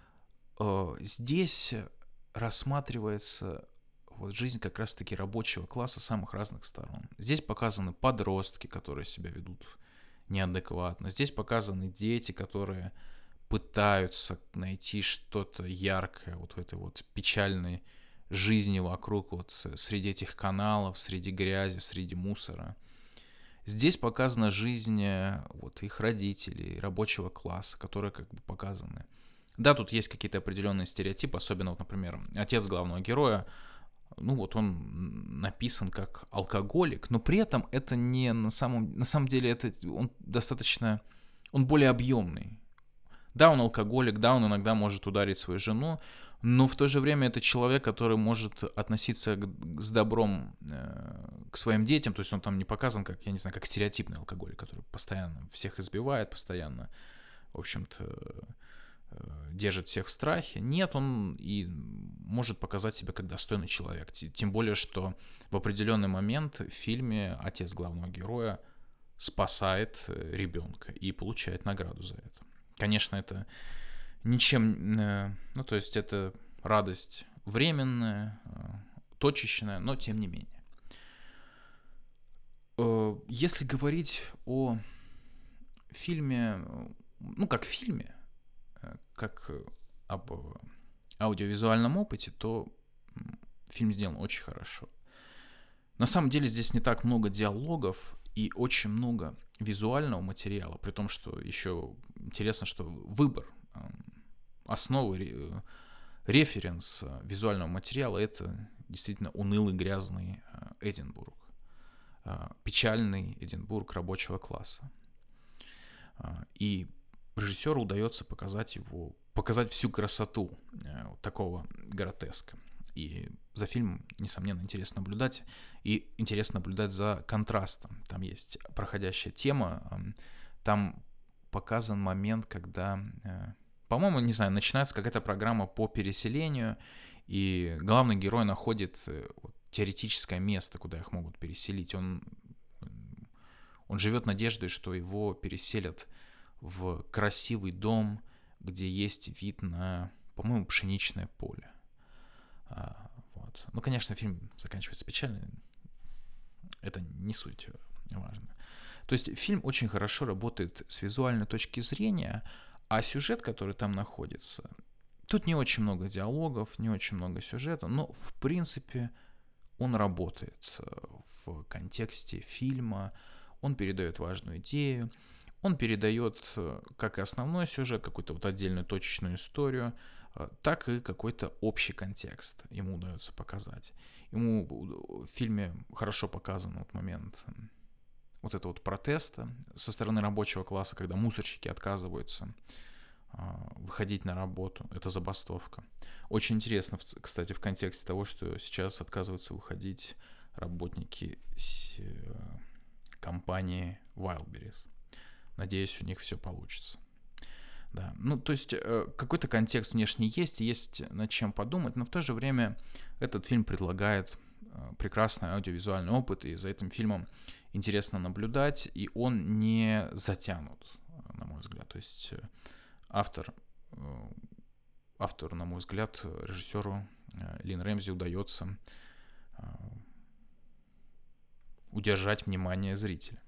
Здесь рассматривается вот жизнь как раз-таки рабочего класса самых разных сторон. Здесь показаны подростки, которые себя ведут неадекватно. Здесь показаны дети, которые пытаются найти что-то яркое вот в этой вот печальной жизни вокруг, вот среди этих каналов, среди грязи, среди мусора. Здесь показана жизнь вот их родителей, рабочего класса, которые как бы показаны. Да, тут есть какие-то определенные стереотипы, особенно, вот, например, отец главного героя, он написан как алкоголик, но при этом это не на самом деле, он более объемный. Да, он алкоголик, да, он иногда может ударить свою жену, но в то же время это человек, который может относиться с добром к своим детям, то есть он там не показан как, я не знаю, как стереотипный алкоголик, который постоянно всех избивает, постоянно, в общем-то, держит всех в страхе. Нет, он и может показать себя как достойный человек. Тем более, что в определенный момент в фильме отец главного героя спасает ребенка и получает награду за это. Конечно, это ничем, ну, то есть это радость временная, точечная, но тем не менее. Если говорить о фильме, ну, как фильме, как об аудиовизуальном опыте, то фильм сделан очень хорошо. На самом деле здесь не так много диалогов и очень много визуального материала, при том, что еще интересно, что выбор основы, референс визуального материала — это действительно унылый, грязный Эдинбург. Печальный Эдинбург рабочего класса. И режиссеру удается показать всю красоту такого гротеска. И за фильмом, несомненно, интересно наблюдать. И интересно наблюдать за контрастом. Там есть проходящая тема. Там показан момент, когда, по-моему, не знаю, начинается какая-то программа по переселению, и главный герой находит теоретическое место, куда их могут переселить. Он живет надеждой, что его переселят в красивый дом, где есть вид на, по-моему, пшеничное поле. Вот. Ну, конечно, фильм заканчивается печально. Это не суть важно. То есть фильм очень хорошо работает с визуальной точки зрения, а сюжет, который там находится, тут не очень много диалогов, не очень много сюжета, но, в принципе, он работает в контексте фильма, он передает важную идею, он передает как и основной сюжет, какую-то вот отдельную точечную историю, так и какой-то общий контекст ему удается показать. Ему в фильме хорошо показан вот момент вот этого вот протеста со стороны рабочего класса, когда мусорщики отказываются выходить на работу. Это забастовка. Очень интересно, кстати, в контексте того, что сейчас отказываются выходить работники компании Wildberries. Надеюсь, у них все получится. Да. Ну, то есть какой-то контекст внешний есть над чем подумать, но в то же время этот фильм предлагает прекрасный аудиовизуальный опыт, и за этим фильмом интересно наблюдать, и он не затянут, на мой взгляд. То есть автор, на мой взгляд, режиссеру Лин Рэмзи удается удержать внимание зрителя.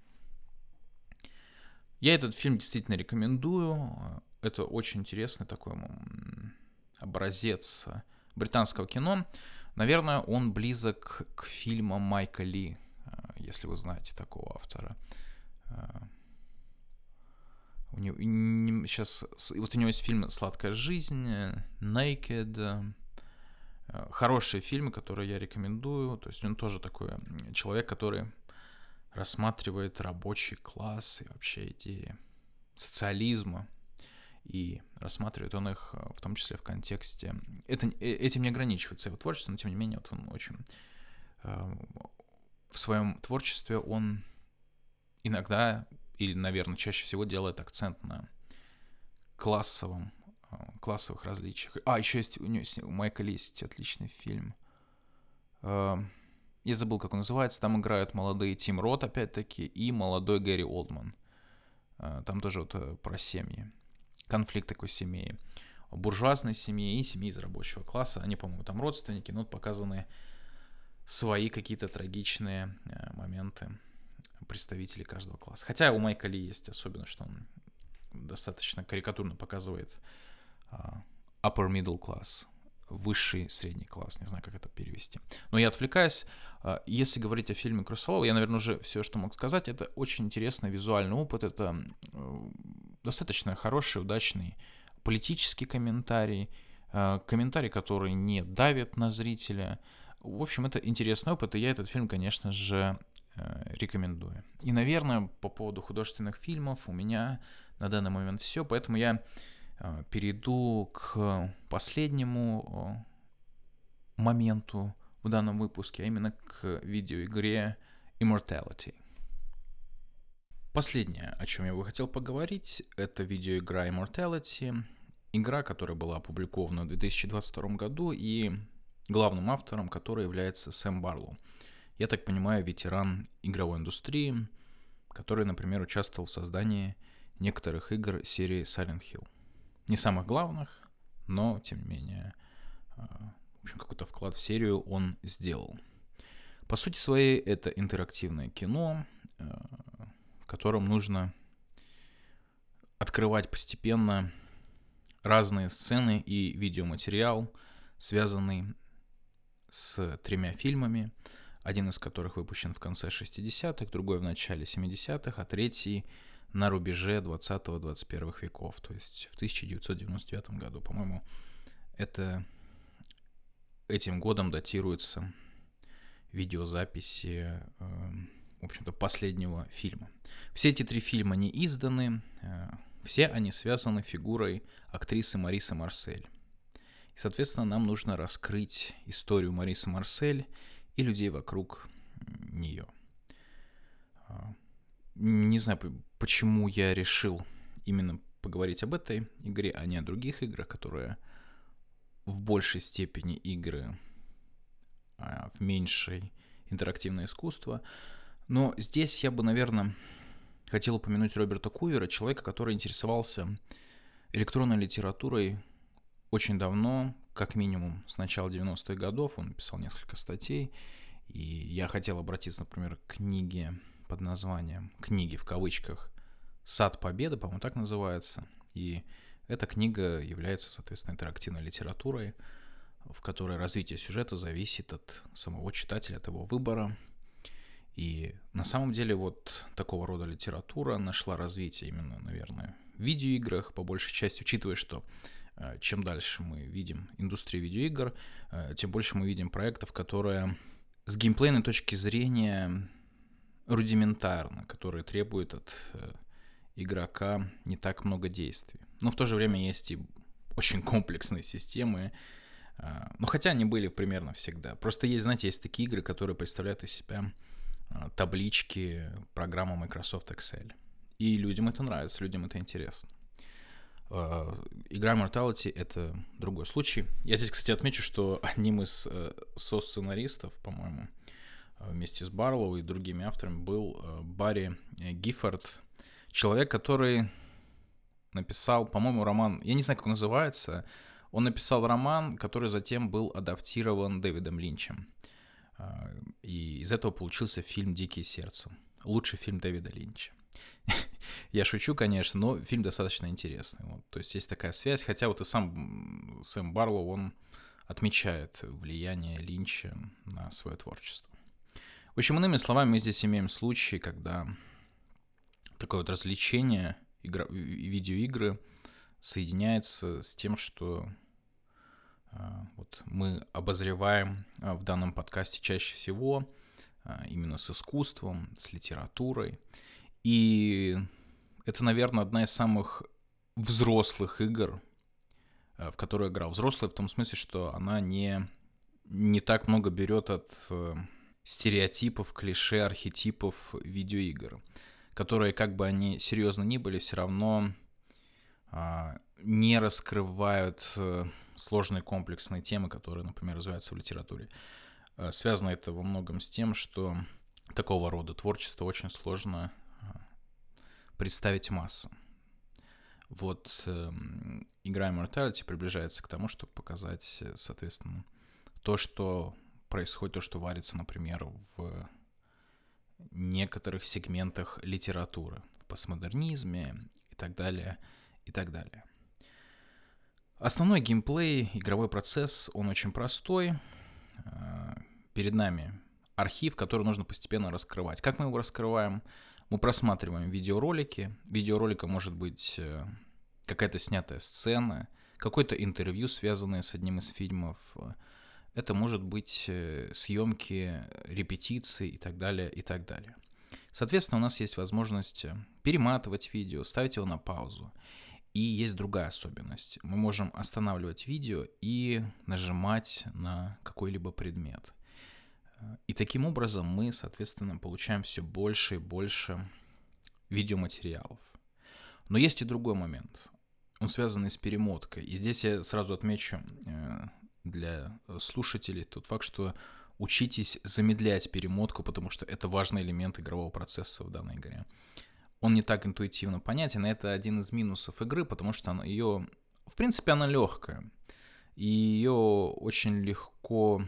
Я этот фильм действительно рекомендую. Это очень интересный такой образец британского кино. Наверное, он близок к фильмам Майка Ли, если вы знаете такого автора. Сейчас вот у него есть фильм «Сладкая жизнь», «Naked». Хорошие фильмы, которые я рекомендую. То есть он тоже такой человек, который рассматривает рабочий класс и вообще идеи социализма. И рассматривает он их в том числе в контексте... Этим не ограничивается его творчество, но тем не менее вот он очень... В своем творчестве он иногда, или, наверное, чаще всего делает акцент на классовых различиях. Еще есть у Майка Ли есть отличный фильм. Я забыл, как он называется. Там играют молодые Тим Рот, опять-таки, и молодой Гэри Олдман. Там тоже вот про семьи. Конфликт такой семьи. Буржуазной семьи и семьи из рабочего класса. Они, по-моему, там родственники, но вот показаны свои какие-то трагичные моменты представителей каждого класса. Хотя у Майка Ли есть особенно, что он достаточно карикатурно показывает upper middle class, высший средний класс, не знаю, как это перевести. Но я отвлекаюсь. Если говорить о фильме Крысолова, я, наверное, уже все, что мог сказать. Это очень интересный визуальный опыт, это достаточно хороший, удачный политический комментарий, комментарий, который не давит на зрителя. В общем, это интересный опыт, и я этот фильм, конечно же, рекомендую. И, наверное, по поводу художественных фильмов у меня на данный момент все, поэтому я перейду к последнему моменту в данном выпуске, а именно к видеоигре Immortality. Последнее, о чем я бы хотел поговорить, это видеоигра Immortality. Игра, которая была опубликована в 2022 году, и главным автором которой является Сэм Барлоу. Я так понимаю, ветеран игровой индустрии, который, например, участвовал в создании некоторых игр серии Silent Hill. Не самых главных, но, тем не менее, в общем, какой-то вклад в серию он сделал. По сути своей, это интерактивное кино, в котором нужно открывать постепенно разные сцены и видеоматериал, связанный с 3 фильмами, один из которых выпущен в конце 60-х, другой в начале 70-х, а третий на рубеже 20-21 веков, то есть в 1999 году. По-моему, этим годом датируются видеозаписи, в общем-то, последнего фильма. Все эти 3 фильма не изданы, все они связаны фигурой актрисы Марисы Марсель. И, соответственно, нам нужно раскрыть историю Марисы Марсель и людей вокруг нее. Не знаю, почему я решил именно поговорить об этой игре, а не о других играх, которые в большей степени игры, а в меньшей интерактивное искусство. Но здесь я бы, наверное, хотел упомянуть Роберта Кувера, человека, который интересовался электронной литературой очень давно, как минимум с начала 90-х годов. Он написал несколько статей, и я хотел обратиться, например, к книге под названием, книги в кавычках, «Сад Победы», по-моему, так называется. И эта книга является, соответственно, интерактивной литературой, в которой развитие сюжета зависит от самого читателя, от его выбора. И на самом деле вот такого рода литература нашла развитие именно, наверное, в видеоиграх, по большей части, учитывая, что чем дальше мы видим индустрию видеоигр, тем больше мы видим проектов, которые с геймплейной точки зрения рудиментарны, которые требуют от игрока не так много действий. Но в то же время есть и очень комплексные системы, но хотя они были примерно всегда. Просто есть, знаете, есть такие игры, которые представляют из себя таблички программы Microsoft Excel. И людям это нравится, людям это интересно. Игра Immortality — это другой случай. Я здесь, кстати, отмечу, что одним из со-сценаристов, по-моему, вместе с Барлоу и другими авторами был Барри Гиффорд, человек, который написал, по-моему, роман, я не знаю, как он называется, он написал роман, который затем был адаптирован Дэвидом Линчем. И из этого получился фильм «Дикие сердца». Лучший фильм Дэвида Линча. Я шучу, конечно, но фильм достаточно интересный. Вот, то есть есть такая связь, хотя вот и сам Сэм Барлоу, он отмечает влияние Линча на свое творчество. В общем, иными словами, мы здесь имеем случай, когда такое вот развлечение, видеоигры соединяется с тем, что вот мы обозреваем в данном подкасте чаще всего именно с искусством, с литературой. И это, наверное, одна из самых взрослых игр, в которую я играл. Взрослая в том смысле, что она не так много берет от стереотипов, клише, архетипов видеоигр, которые, как бы они серьезно ни были, все равно не раскрывают сложные комплексные темы, которые, например, развиваются в литературе. Связано это во многом с тем, что такого рода творчество очень сложно представить массам. Вот игра Immortality приближается к тому, чтобы показать, соответственно, то, что происходит, то, что варится, например, в некоторых сегментах литературы, в постмодернизме и так далее, и так далее. Основной геймплей, игровой процесс, он очень простой. Перед нами архив, который нужно постепенно раскрывать. Как мы его раскрываем? Мы просматриваем видеоролики. Видеороликом может быть какая-то снятая сцена, какое-то интервью, связанное с одним из фильмов. Это может быть съемки, репетиции и так далее, и так далее. Соответственно, у нас есть возможность перематывать видео, ставить его на паузу. И есть другая особенность. Мы можем останавливать видео и нажимать на какой-либо предмет. И таким образом мы, соответственно, получаем все больше и больше видеоматериалов. Но есть и другой момент. Он связан с перемоткой. И здесь я сразу отмечу для слушателей тот факт, что учитесь замедлять перемотку, потому что это важный элемент игрового процесса в данной игре. Он не так интуитивно понятен, и это один из минусов игры, потому что в принципе, она легкая. И ее очень легко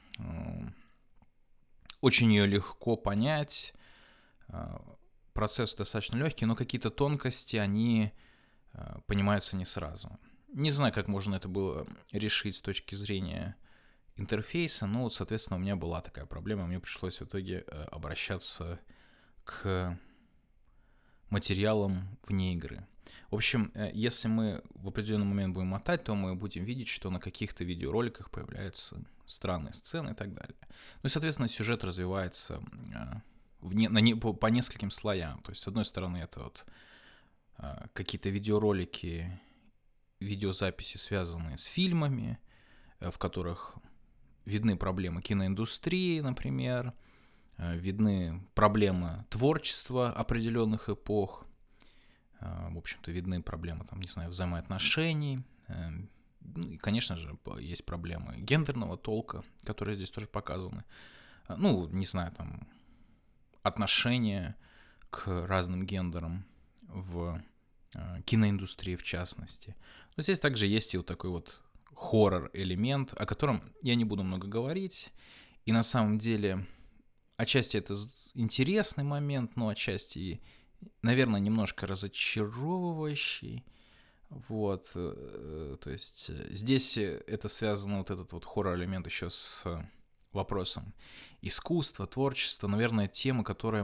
понять. Процесс достаточно легкий, но какие-то тонкости, они понимаются не сразу. Не знаю, как можно это было решить с точки зрения интерфейса, но вот, соответственно, у меня была такая проблема, мне пришлось в итоге обращаться к материалам вне игры. В общем, если мы в определенный момент будем мотать, то мы будем видеть, что на каких-то видеороликах появляются странные сцены и так далее. Ну и, соответственно, сюжет развивается по нескольким слоям. То есть, с одной стороны, это вот какие-то видеоролики, видеозаписи, связанные с фильмами, в которых видны проблемы киноиндустрии, например, видны проблемы творчества определенных эпох, в общем-то, видны проблемы, там, не знаю, взаимоотношений, и, конечно же, есть проблемы гендерного толка, которые здесь тоже показаны, ну, не знаю, там, отношения к разным гендерам в киноиндустрии, в частности. Но здесь также есть и вот такой вот хоррор-элемент, о котором я не буду много говорить, и на самом деле отчасти это интересный момент, но отчасти, наверное, немножко разочаровывающий. Вот, то есть здесь это связано, вот этот вот хоррор-элемент еще с вопросом искусства, творчества, наверное, тема, которая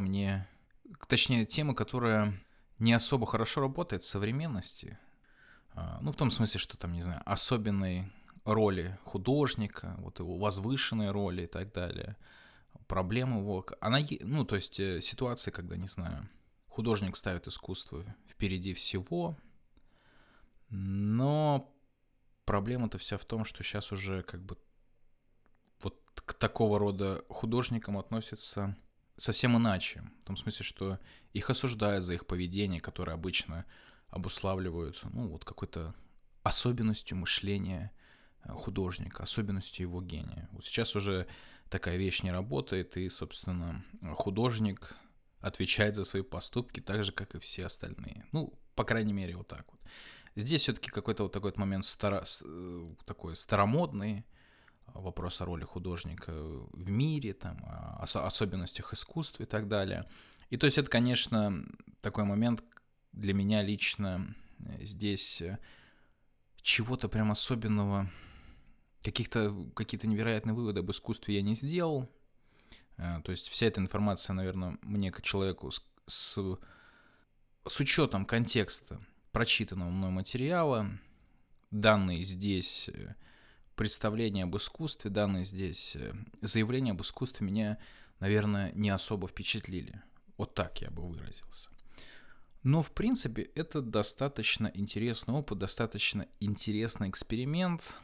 не особо хорошо работает в современности. Ну, в том смысле, что там, не знаю, особенной роли художника, вот его возвышенной роли и так далее. Проблема его, то есть ситуации, когда, не знаю, художник ставит искусство впереди всего, но проблема-то вся в том, что сейчас уже как бы вот к такого рода художникам относятся совсем иначе. В том смысле, что их осуждают за их поведение, которое обычно обуславливают, ну, вот какой-то особенностью мышления художника, особенностью его гения. Вот сейчас уже такая вещь не работает, и, собственно, художник отвечает за свои поступки так же, как и все остальные. Ну, по крайней мере, вот так вот. Здесь все-таки какой-то вот такой вот момент такой старомодный, вопрос о роли художника в мире, там, о особенностях искусства и так далее. И то есть это, конечно, такой момент для меня лично здесь чего-то прям особенного, какие-то невероятные выводы об искусстве я не сделал. То есть вся эта информация, наверное, мне как человеку с учетом контекста прочитанного мной материала, данные здесь представления об искусстве, данные здесь заявления об искусстве меня, наверное, не особо впечатлили. Вот так я бы выразился. Но, в принципе, это достаточно интересный опыт, достаточно интересный эксперимент.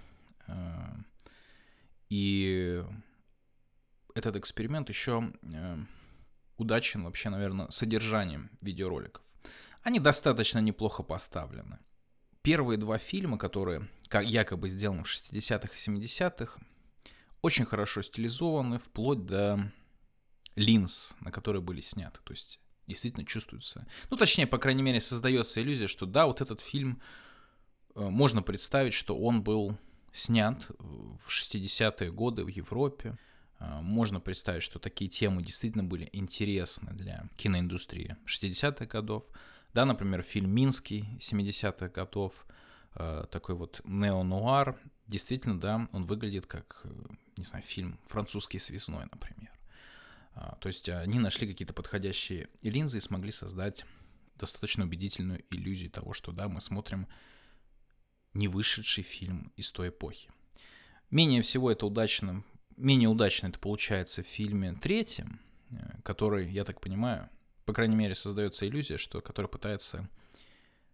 И этот эксперимент еще удачен вообще, наверное, содержанием видеороликов. Они достаточно неплохо поставлены. Первые два фильма, которые якобы сделаны в 60-х и 70-х, очень хорошо стилизованы, вплоть до линз, на которые были сняты. То есть действительно чувствуется, ну, точнее, по крайней мере, создается иллюзия, что да, вот этот фильм можно представить, что он был снят в 60-е годы в Европе. Можно представить, что такие темы действительно были интересны для киноиндустрии 60-х годов. Да, например, фильм «Минский» 70-х годов, такой вот нео-нуар. Действительно, да, он выглядит как, не знаю, фильм «Французский связной», например. То есть они нашли какие-то подходящие линзы и смогли создать достаточно убедительную иллюзию того, что да, мы смотрим не вышедший фильм из той эпохи. Менее удачно это получается в фильме третьем, который, я так понимаю, по крайней мере, создается иллюзия, что который пытается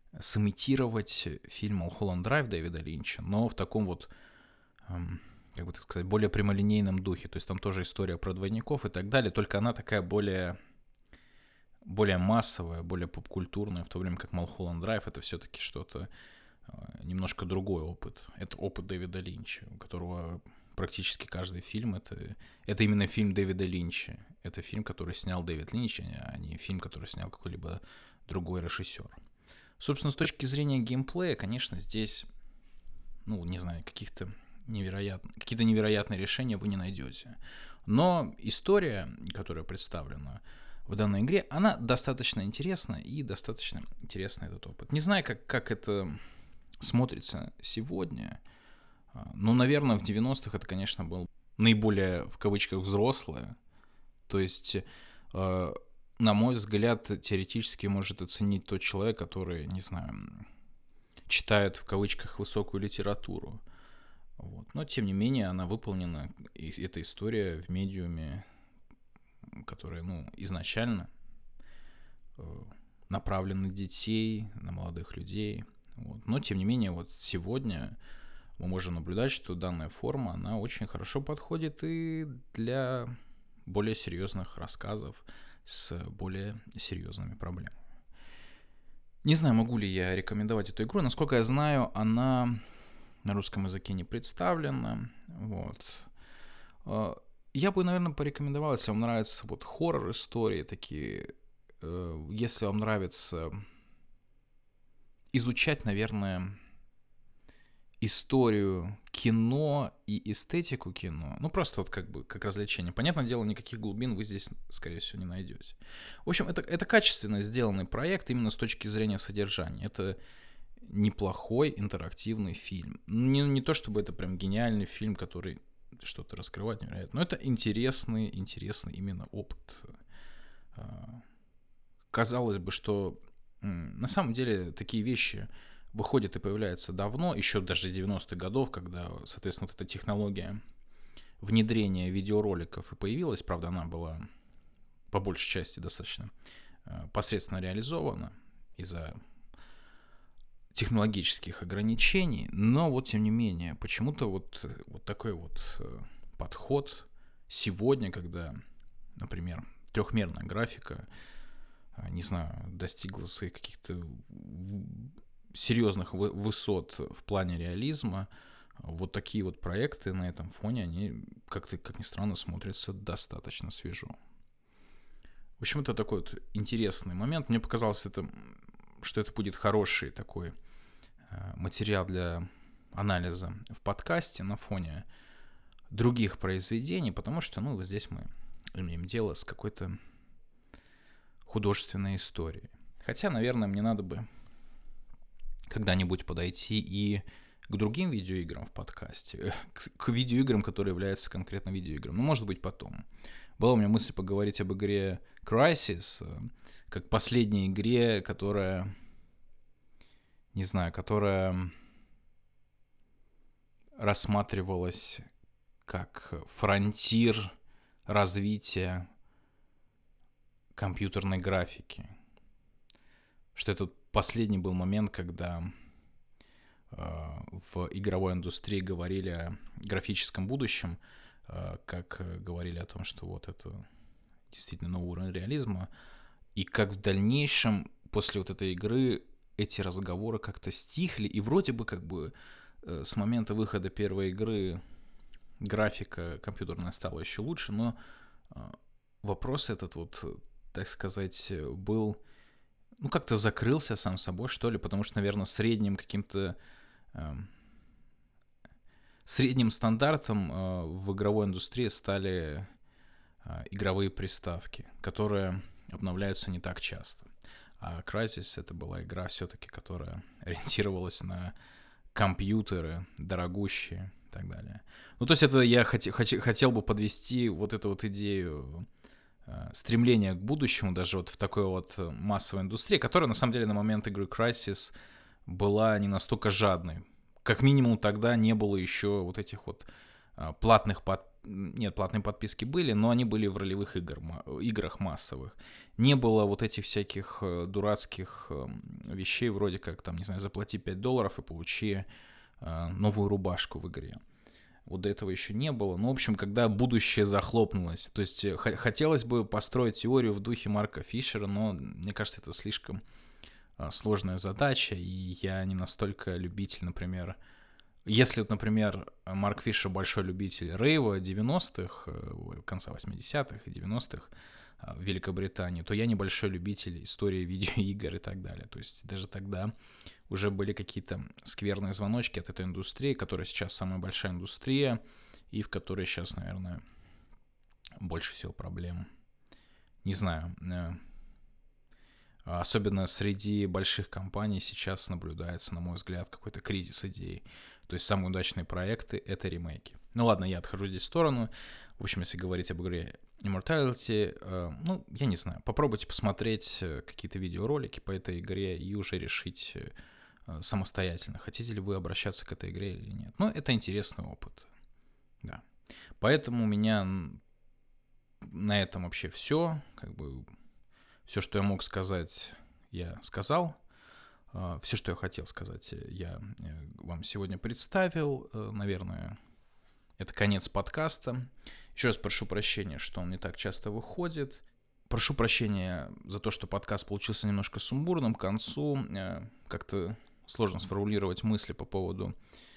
сымитировать фильм «Малхолланд Драйв» Дэвида Линча, но в таком вот, как бы так сказать, более прямолинейном духе. То есть там тоже история про двойников и так далее, только она такая более массовая, более попкультурная, в то время как «Малхолланд Драйв» — это все-таки что-то немножко другой опыт. Это опыт Дэвида Линча, у которого практически каждый фильм это именно фильм Дэвида Линча. Это фильм, который снял Дэвид Линч, а не фильм, который снял какой-либо другой режиссер. Собственно, с точки зрения геймплея, конечно, здесь, не знаю, какие-то невероятные решения вы не найдете. Но история, которая представлена в данной игре, она достаточно интересна, и достаточно интересный этот опыт. Не знаю, как это смотрится сегодня, но, наверное, в 90-х это, конечно, был наиболее, в кавычках, взрослое. То есть, на мой взгляд, теоретически может оценить тот человек, который, не знаю, читает, в кавычках, высокую литературу. Вот. Но, тем не менее, она выполнена, и эта история в медиуме, которая, изначально направлена на детей, на молодых людей. Вот. Но, тем не менее, вот сегодня мы можем наблюдать, что данная форма, она очень хорошо подходит и для более серьезных рассказов с более серьезными проблемами. Не знаю, могу ли я рекомендовать эту игру. Насколько я знаю, она на русском языке не представлена. Вот. Я бы, наверное, порекомендовал, если вам нравятся вот хоррор-истории такие, если вам нравится изучать, наверное, историю кино и эстетику кино, просто вот как развлечение. Понятное дело, никаких глубин вы здесь, скорее всего, не найдете. В общем, это качественно сделанный проект именно с точки зрения содержания. Это неплохой интерактивный фильм. Не то, чтобы это прям гениальный фильм, который что-то раскрывает невероятно, но это интересный именно опыт. Казалось бы, что на самом деле такие вещи выходят и появляются давно, еще даже с 90-х годов, когда, соответственно, вот эта технология внедрения видеороликов и появилась. Правда, она была по большей части достаточно посредственно реализована из-за технологических ограничений, но вот тем не менее, почему-то вот такой вот подход сегодня, когда, например, трехмерная графика, не знаю, достигла своих каких-то серьезных высот в плане реализма, вот такие вот проекты на этом фоне, они как-то, как ни странно, смотрятся достаточно свежо. В общем, это такой вот интересный момент. Мне показалось, что это будет хороший такой материал для анализа в подкасте на фоне других произведений, потому что, здесь мы имеем дело с какой-то художественной историей. Хотя, наверное, мне надо бы когда-нибудь подойти и к другим видеоиграм в подкасте, к видеоиграм, которые являются конкретно видеоиграми. Может быть, потом. Была у меня мысль поговорить об игре Crysis, как последней игре, которая рассматривалась как фронтир развития компьютерной графики. Что это последний был момент, когда в игровой индустрии говорили о графическом будущем, как говорили о том, что вот это действительно новый уровень реализма, и как в дальнейшем после вот этой игры эти разговоры как-то стихли, и вроде бы с момента выхода первой игры графика компьютерная стала еще лучше, но вопрос этот вот, так сказать, был, как-то закрылся сам собой, что ли, потому что, наверное, средним стандартом в игровой индустрии стали игровые приставки, которые обновляются не так часто. А Crysis — это была игра все-таки, которая ориентировалась на компьютеры дорогущие и так далее. То есть это я хотел бы подвести вот эту вот идею стремления к будущему даже вот в такой вот массовой индустрии, которая на самом деле на момент игры Crysis была не настолько жадной. Как минимум тогда не было еще вот этих вот платных Нет, платные подписки были, но они были в ролевых играх массовых. Не было вот этих всяких дурацких вещей, вроде как, там, не знаю, заплати $5 и получи новую рубашку в игре. Вот до этого еще не было. Ну, в общем, когда будущее захлопнулось. То есть хотелось бы построить теорию в духе Марка Фишера, но мне кажется, это слишком сложная задача, и я не настолько любитель, например... Если, например, Марк Фишер большой любитель рейва 90-х, конца 80-х и 90-х в Великобритании, то я небольшой любитель истории видеоигр и так далее. То есть даже тогда уже были какие-то скверные звоночки от этой индустрии, которая сейчас самая большая индустрия, и в которой сейчас, наверное, больше всего проблем. Не знаю. Особенно среди больших компаний сейчас наблюдается, на мой взгляд, какой-то кризис идей. То есть самые удачные проекты — это ремейки. Ну ладно, я отхожу здесь в сторону. В общем, если говорить об игре Immortality, ну, я не знаю, попробуйте посмотреть какие-то видеоролики по этой игре и уже решить самостоятельно, хотите ли вы обращаться к этой игре или нет. Но это интересный опыт. Да. Поэтому у меня на этом вообще все. Как бы все, что я мог сказать, я сказал. Все, что я хотел сказать, я вам сегодня представил. Наверное, это конец подкаста. Еще раз прошу прощения, что он не так часто выходит. Прошу прощения за то, что подкаст получился немножко сумбурным к концу. Как-то сложно сформулировать мысли по поводу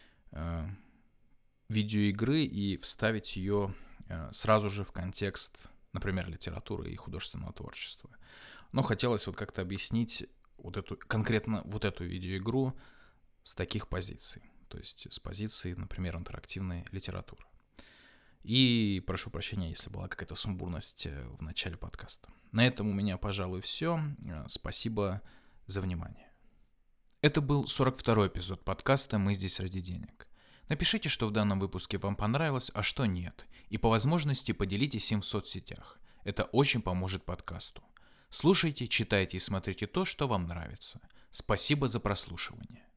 видеоигры и вставить ее сразу же в контекст, например, литературы и художественного творчества. Но хотелось вот как-то объяснить конкретно вот эту видеоигру с таких позиций. То есть с позиции, например, интерактивной литературы. И прошу прощения, если была какая-то сумбурность в начале подкаста. На этом у меня, пожалуй, все. Спасибо за внимание. Это был 42-й эпизод подкаста «Мы здесь ради денег». Напишите, что в данном выпуске вам понравилось, а что нет. И по возможности поделитесь им в соцсетях. Это очень поможет подкасту. Слушайте, читайте и смотрите то, что вам нравится. Спасибо за прослушивание.